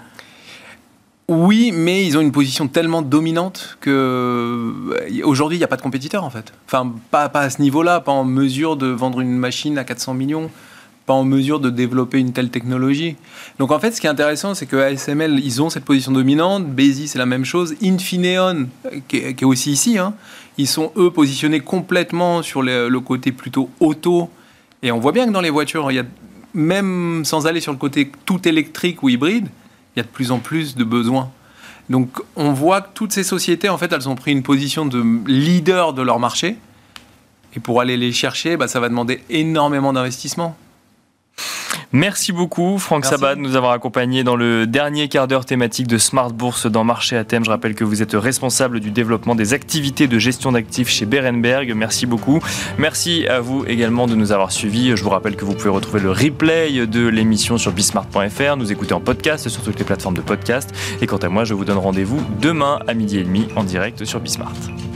Oui, mais ils ont une position tellement dominante qu'aujourd'hui, il n'y a pas de compétiteurs, en fait. Enfin, pas, pas à ce niveau-là, pas en mesure de vendre une machine à quatre cents millions, pas en mesure de développer une telle technologie. Donc, en fait, ce qui est intéressant, c'est que A S M L, ils ont cette position dominante. Bezi, c'est la même chose. Infineon, qui est, qui est aussi ici, hein, ils sont, eux, positionnés complètement sur le, le côté plutôt auto. Et on voit bien que dans les voitures, il y a, même sans aller sur le côté tout électrique ou hybride, il y a de plus en plus de besoins. Donc, on voit que toutes ces sociétés, en fait, elles ont pris une position de leader de leur marché. Et pour aller les chercher, bah, ça va demander énormément d'investissement. Merci beaucoup, Franck Merci. Sabat, de nous avoir accompagnés dans le dernier quart d'heure thématique de Smart Bourse dans Marché à thème. Je rappelle que vous êtes responsable du développement des activités de gestion d'actifs chez Berenberg. Merci beaucoup. Merci à vous également de nous avoir suivis. Je vous rappelle que vous pouvez retrouver le replay de l'émission sur bismart point f r, nous écouter en podcast sur toutes les plateformes de podcast. Et quant à moi, je vous donne rendez-vous demain à midi et demi en direct sur Bismart.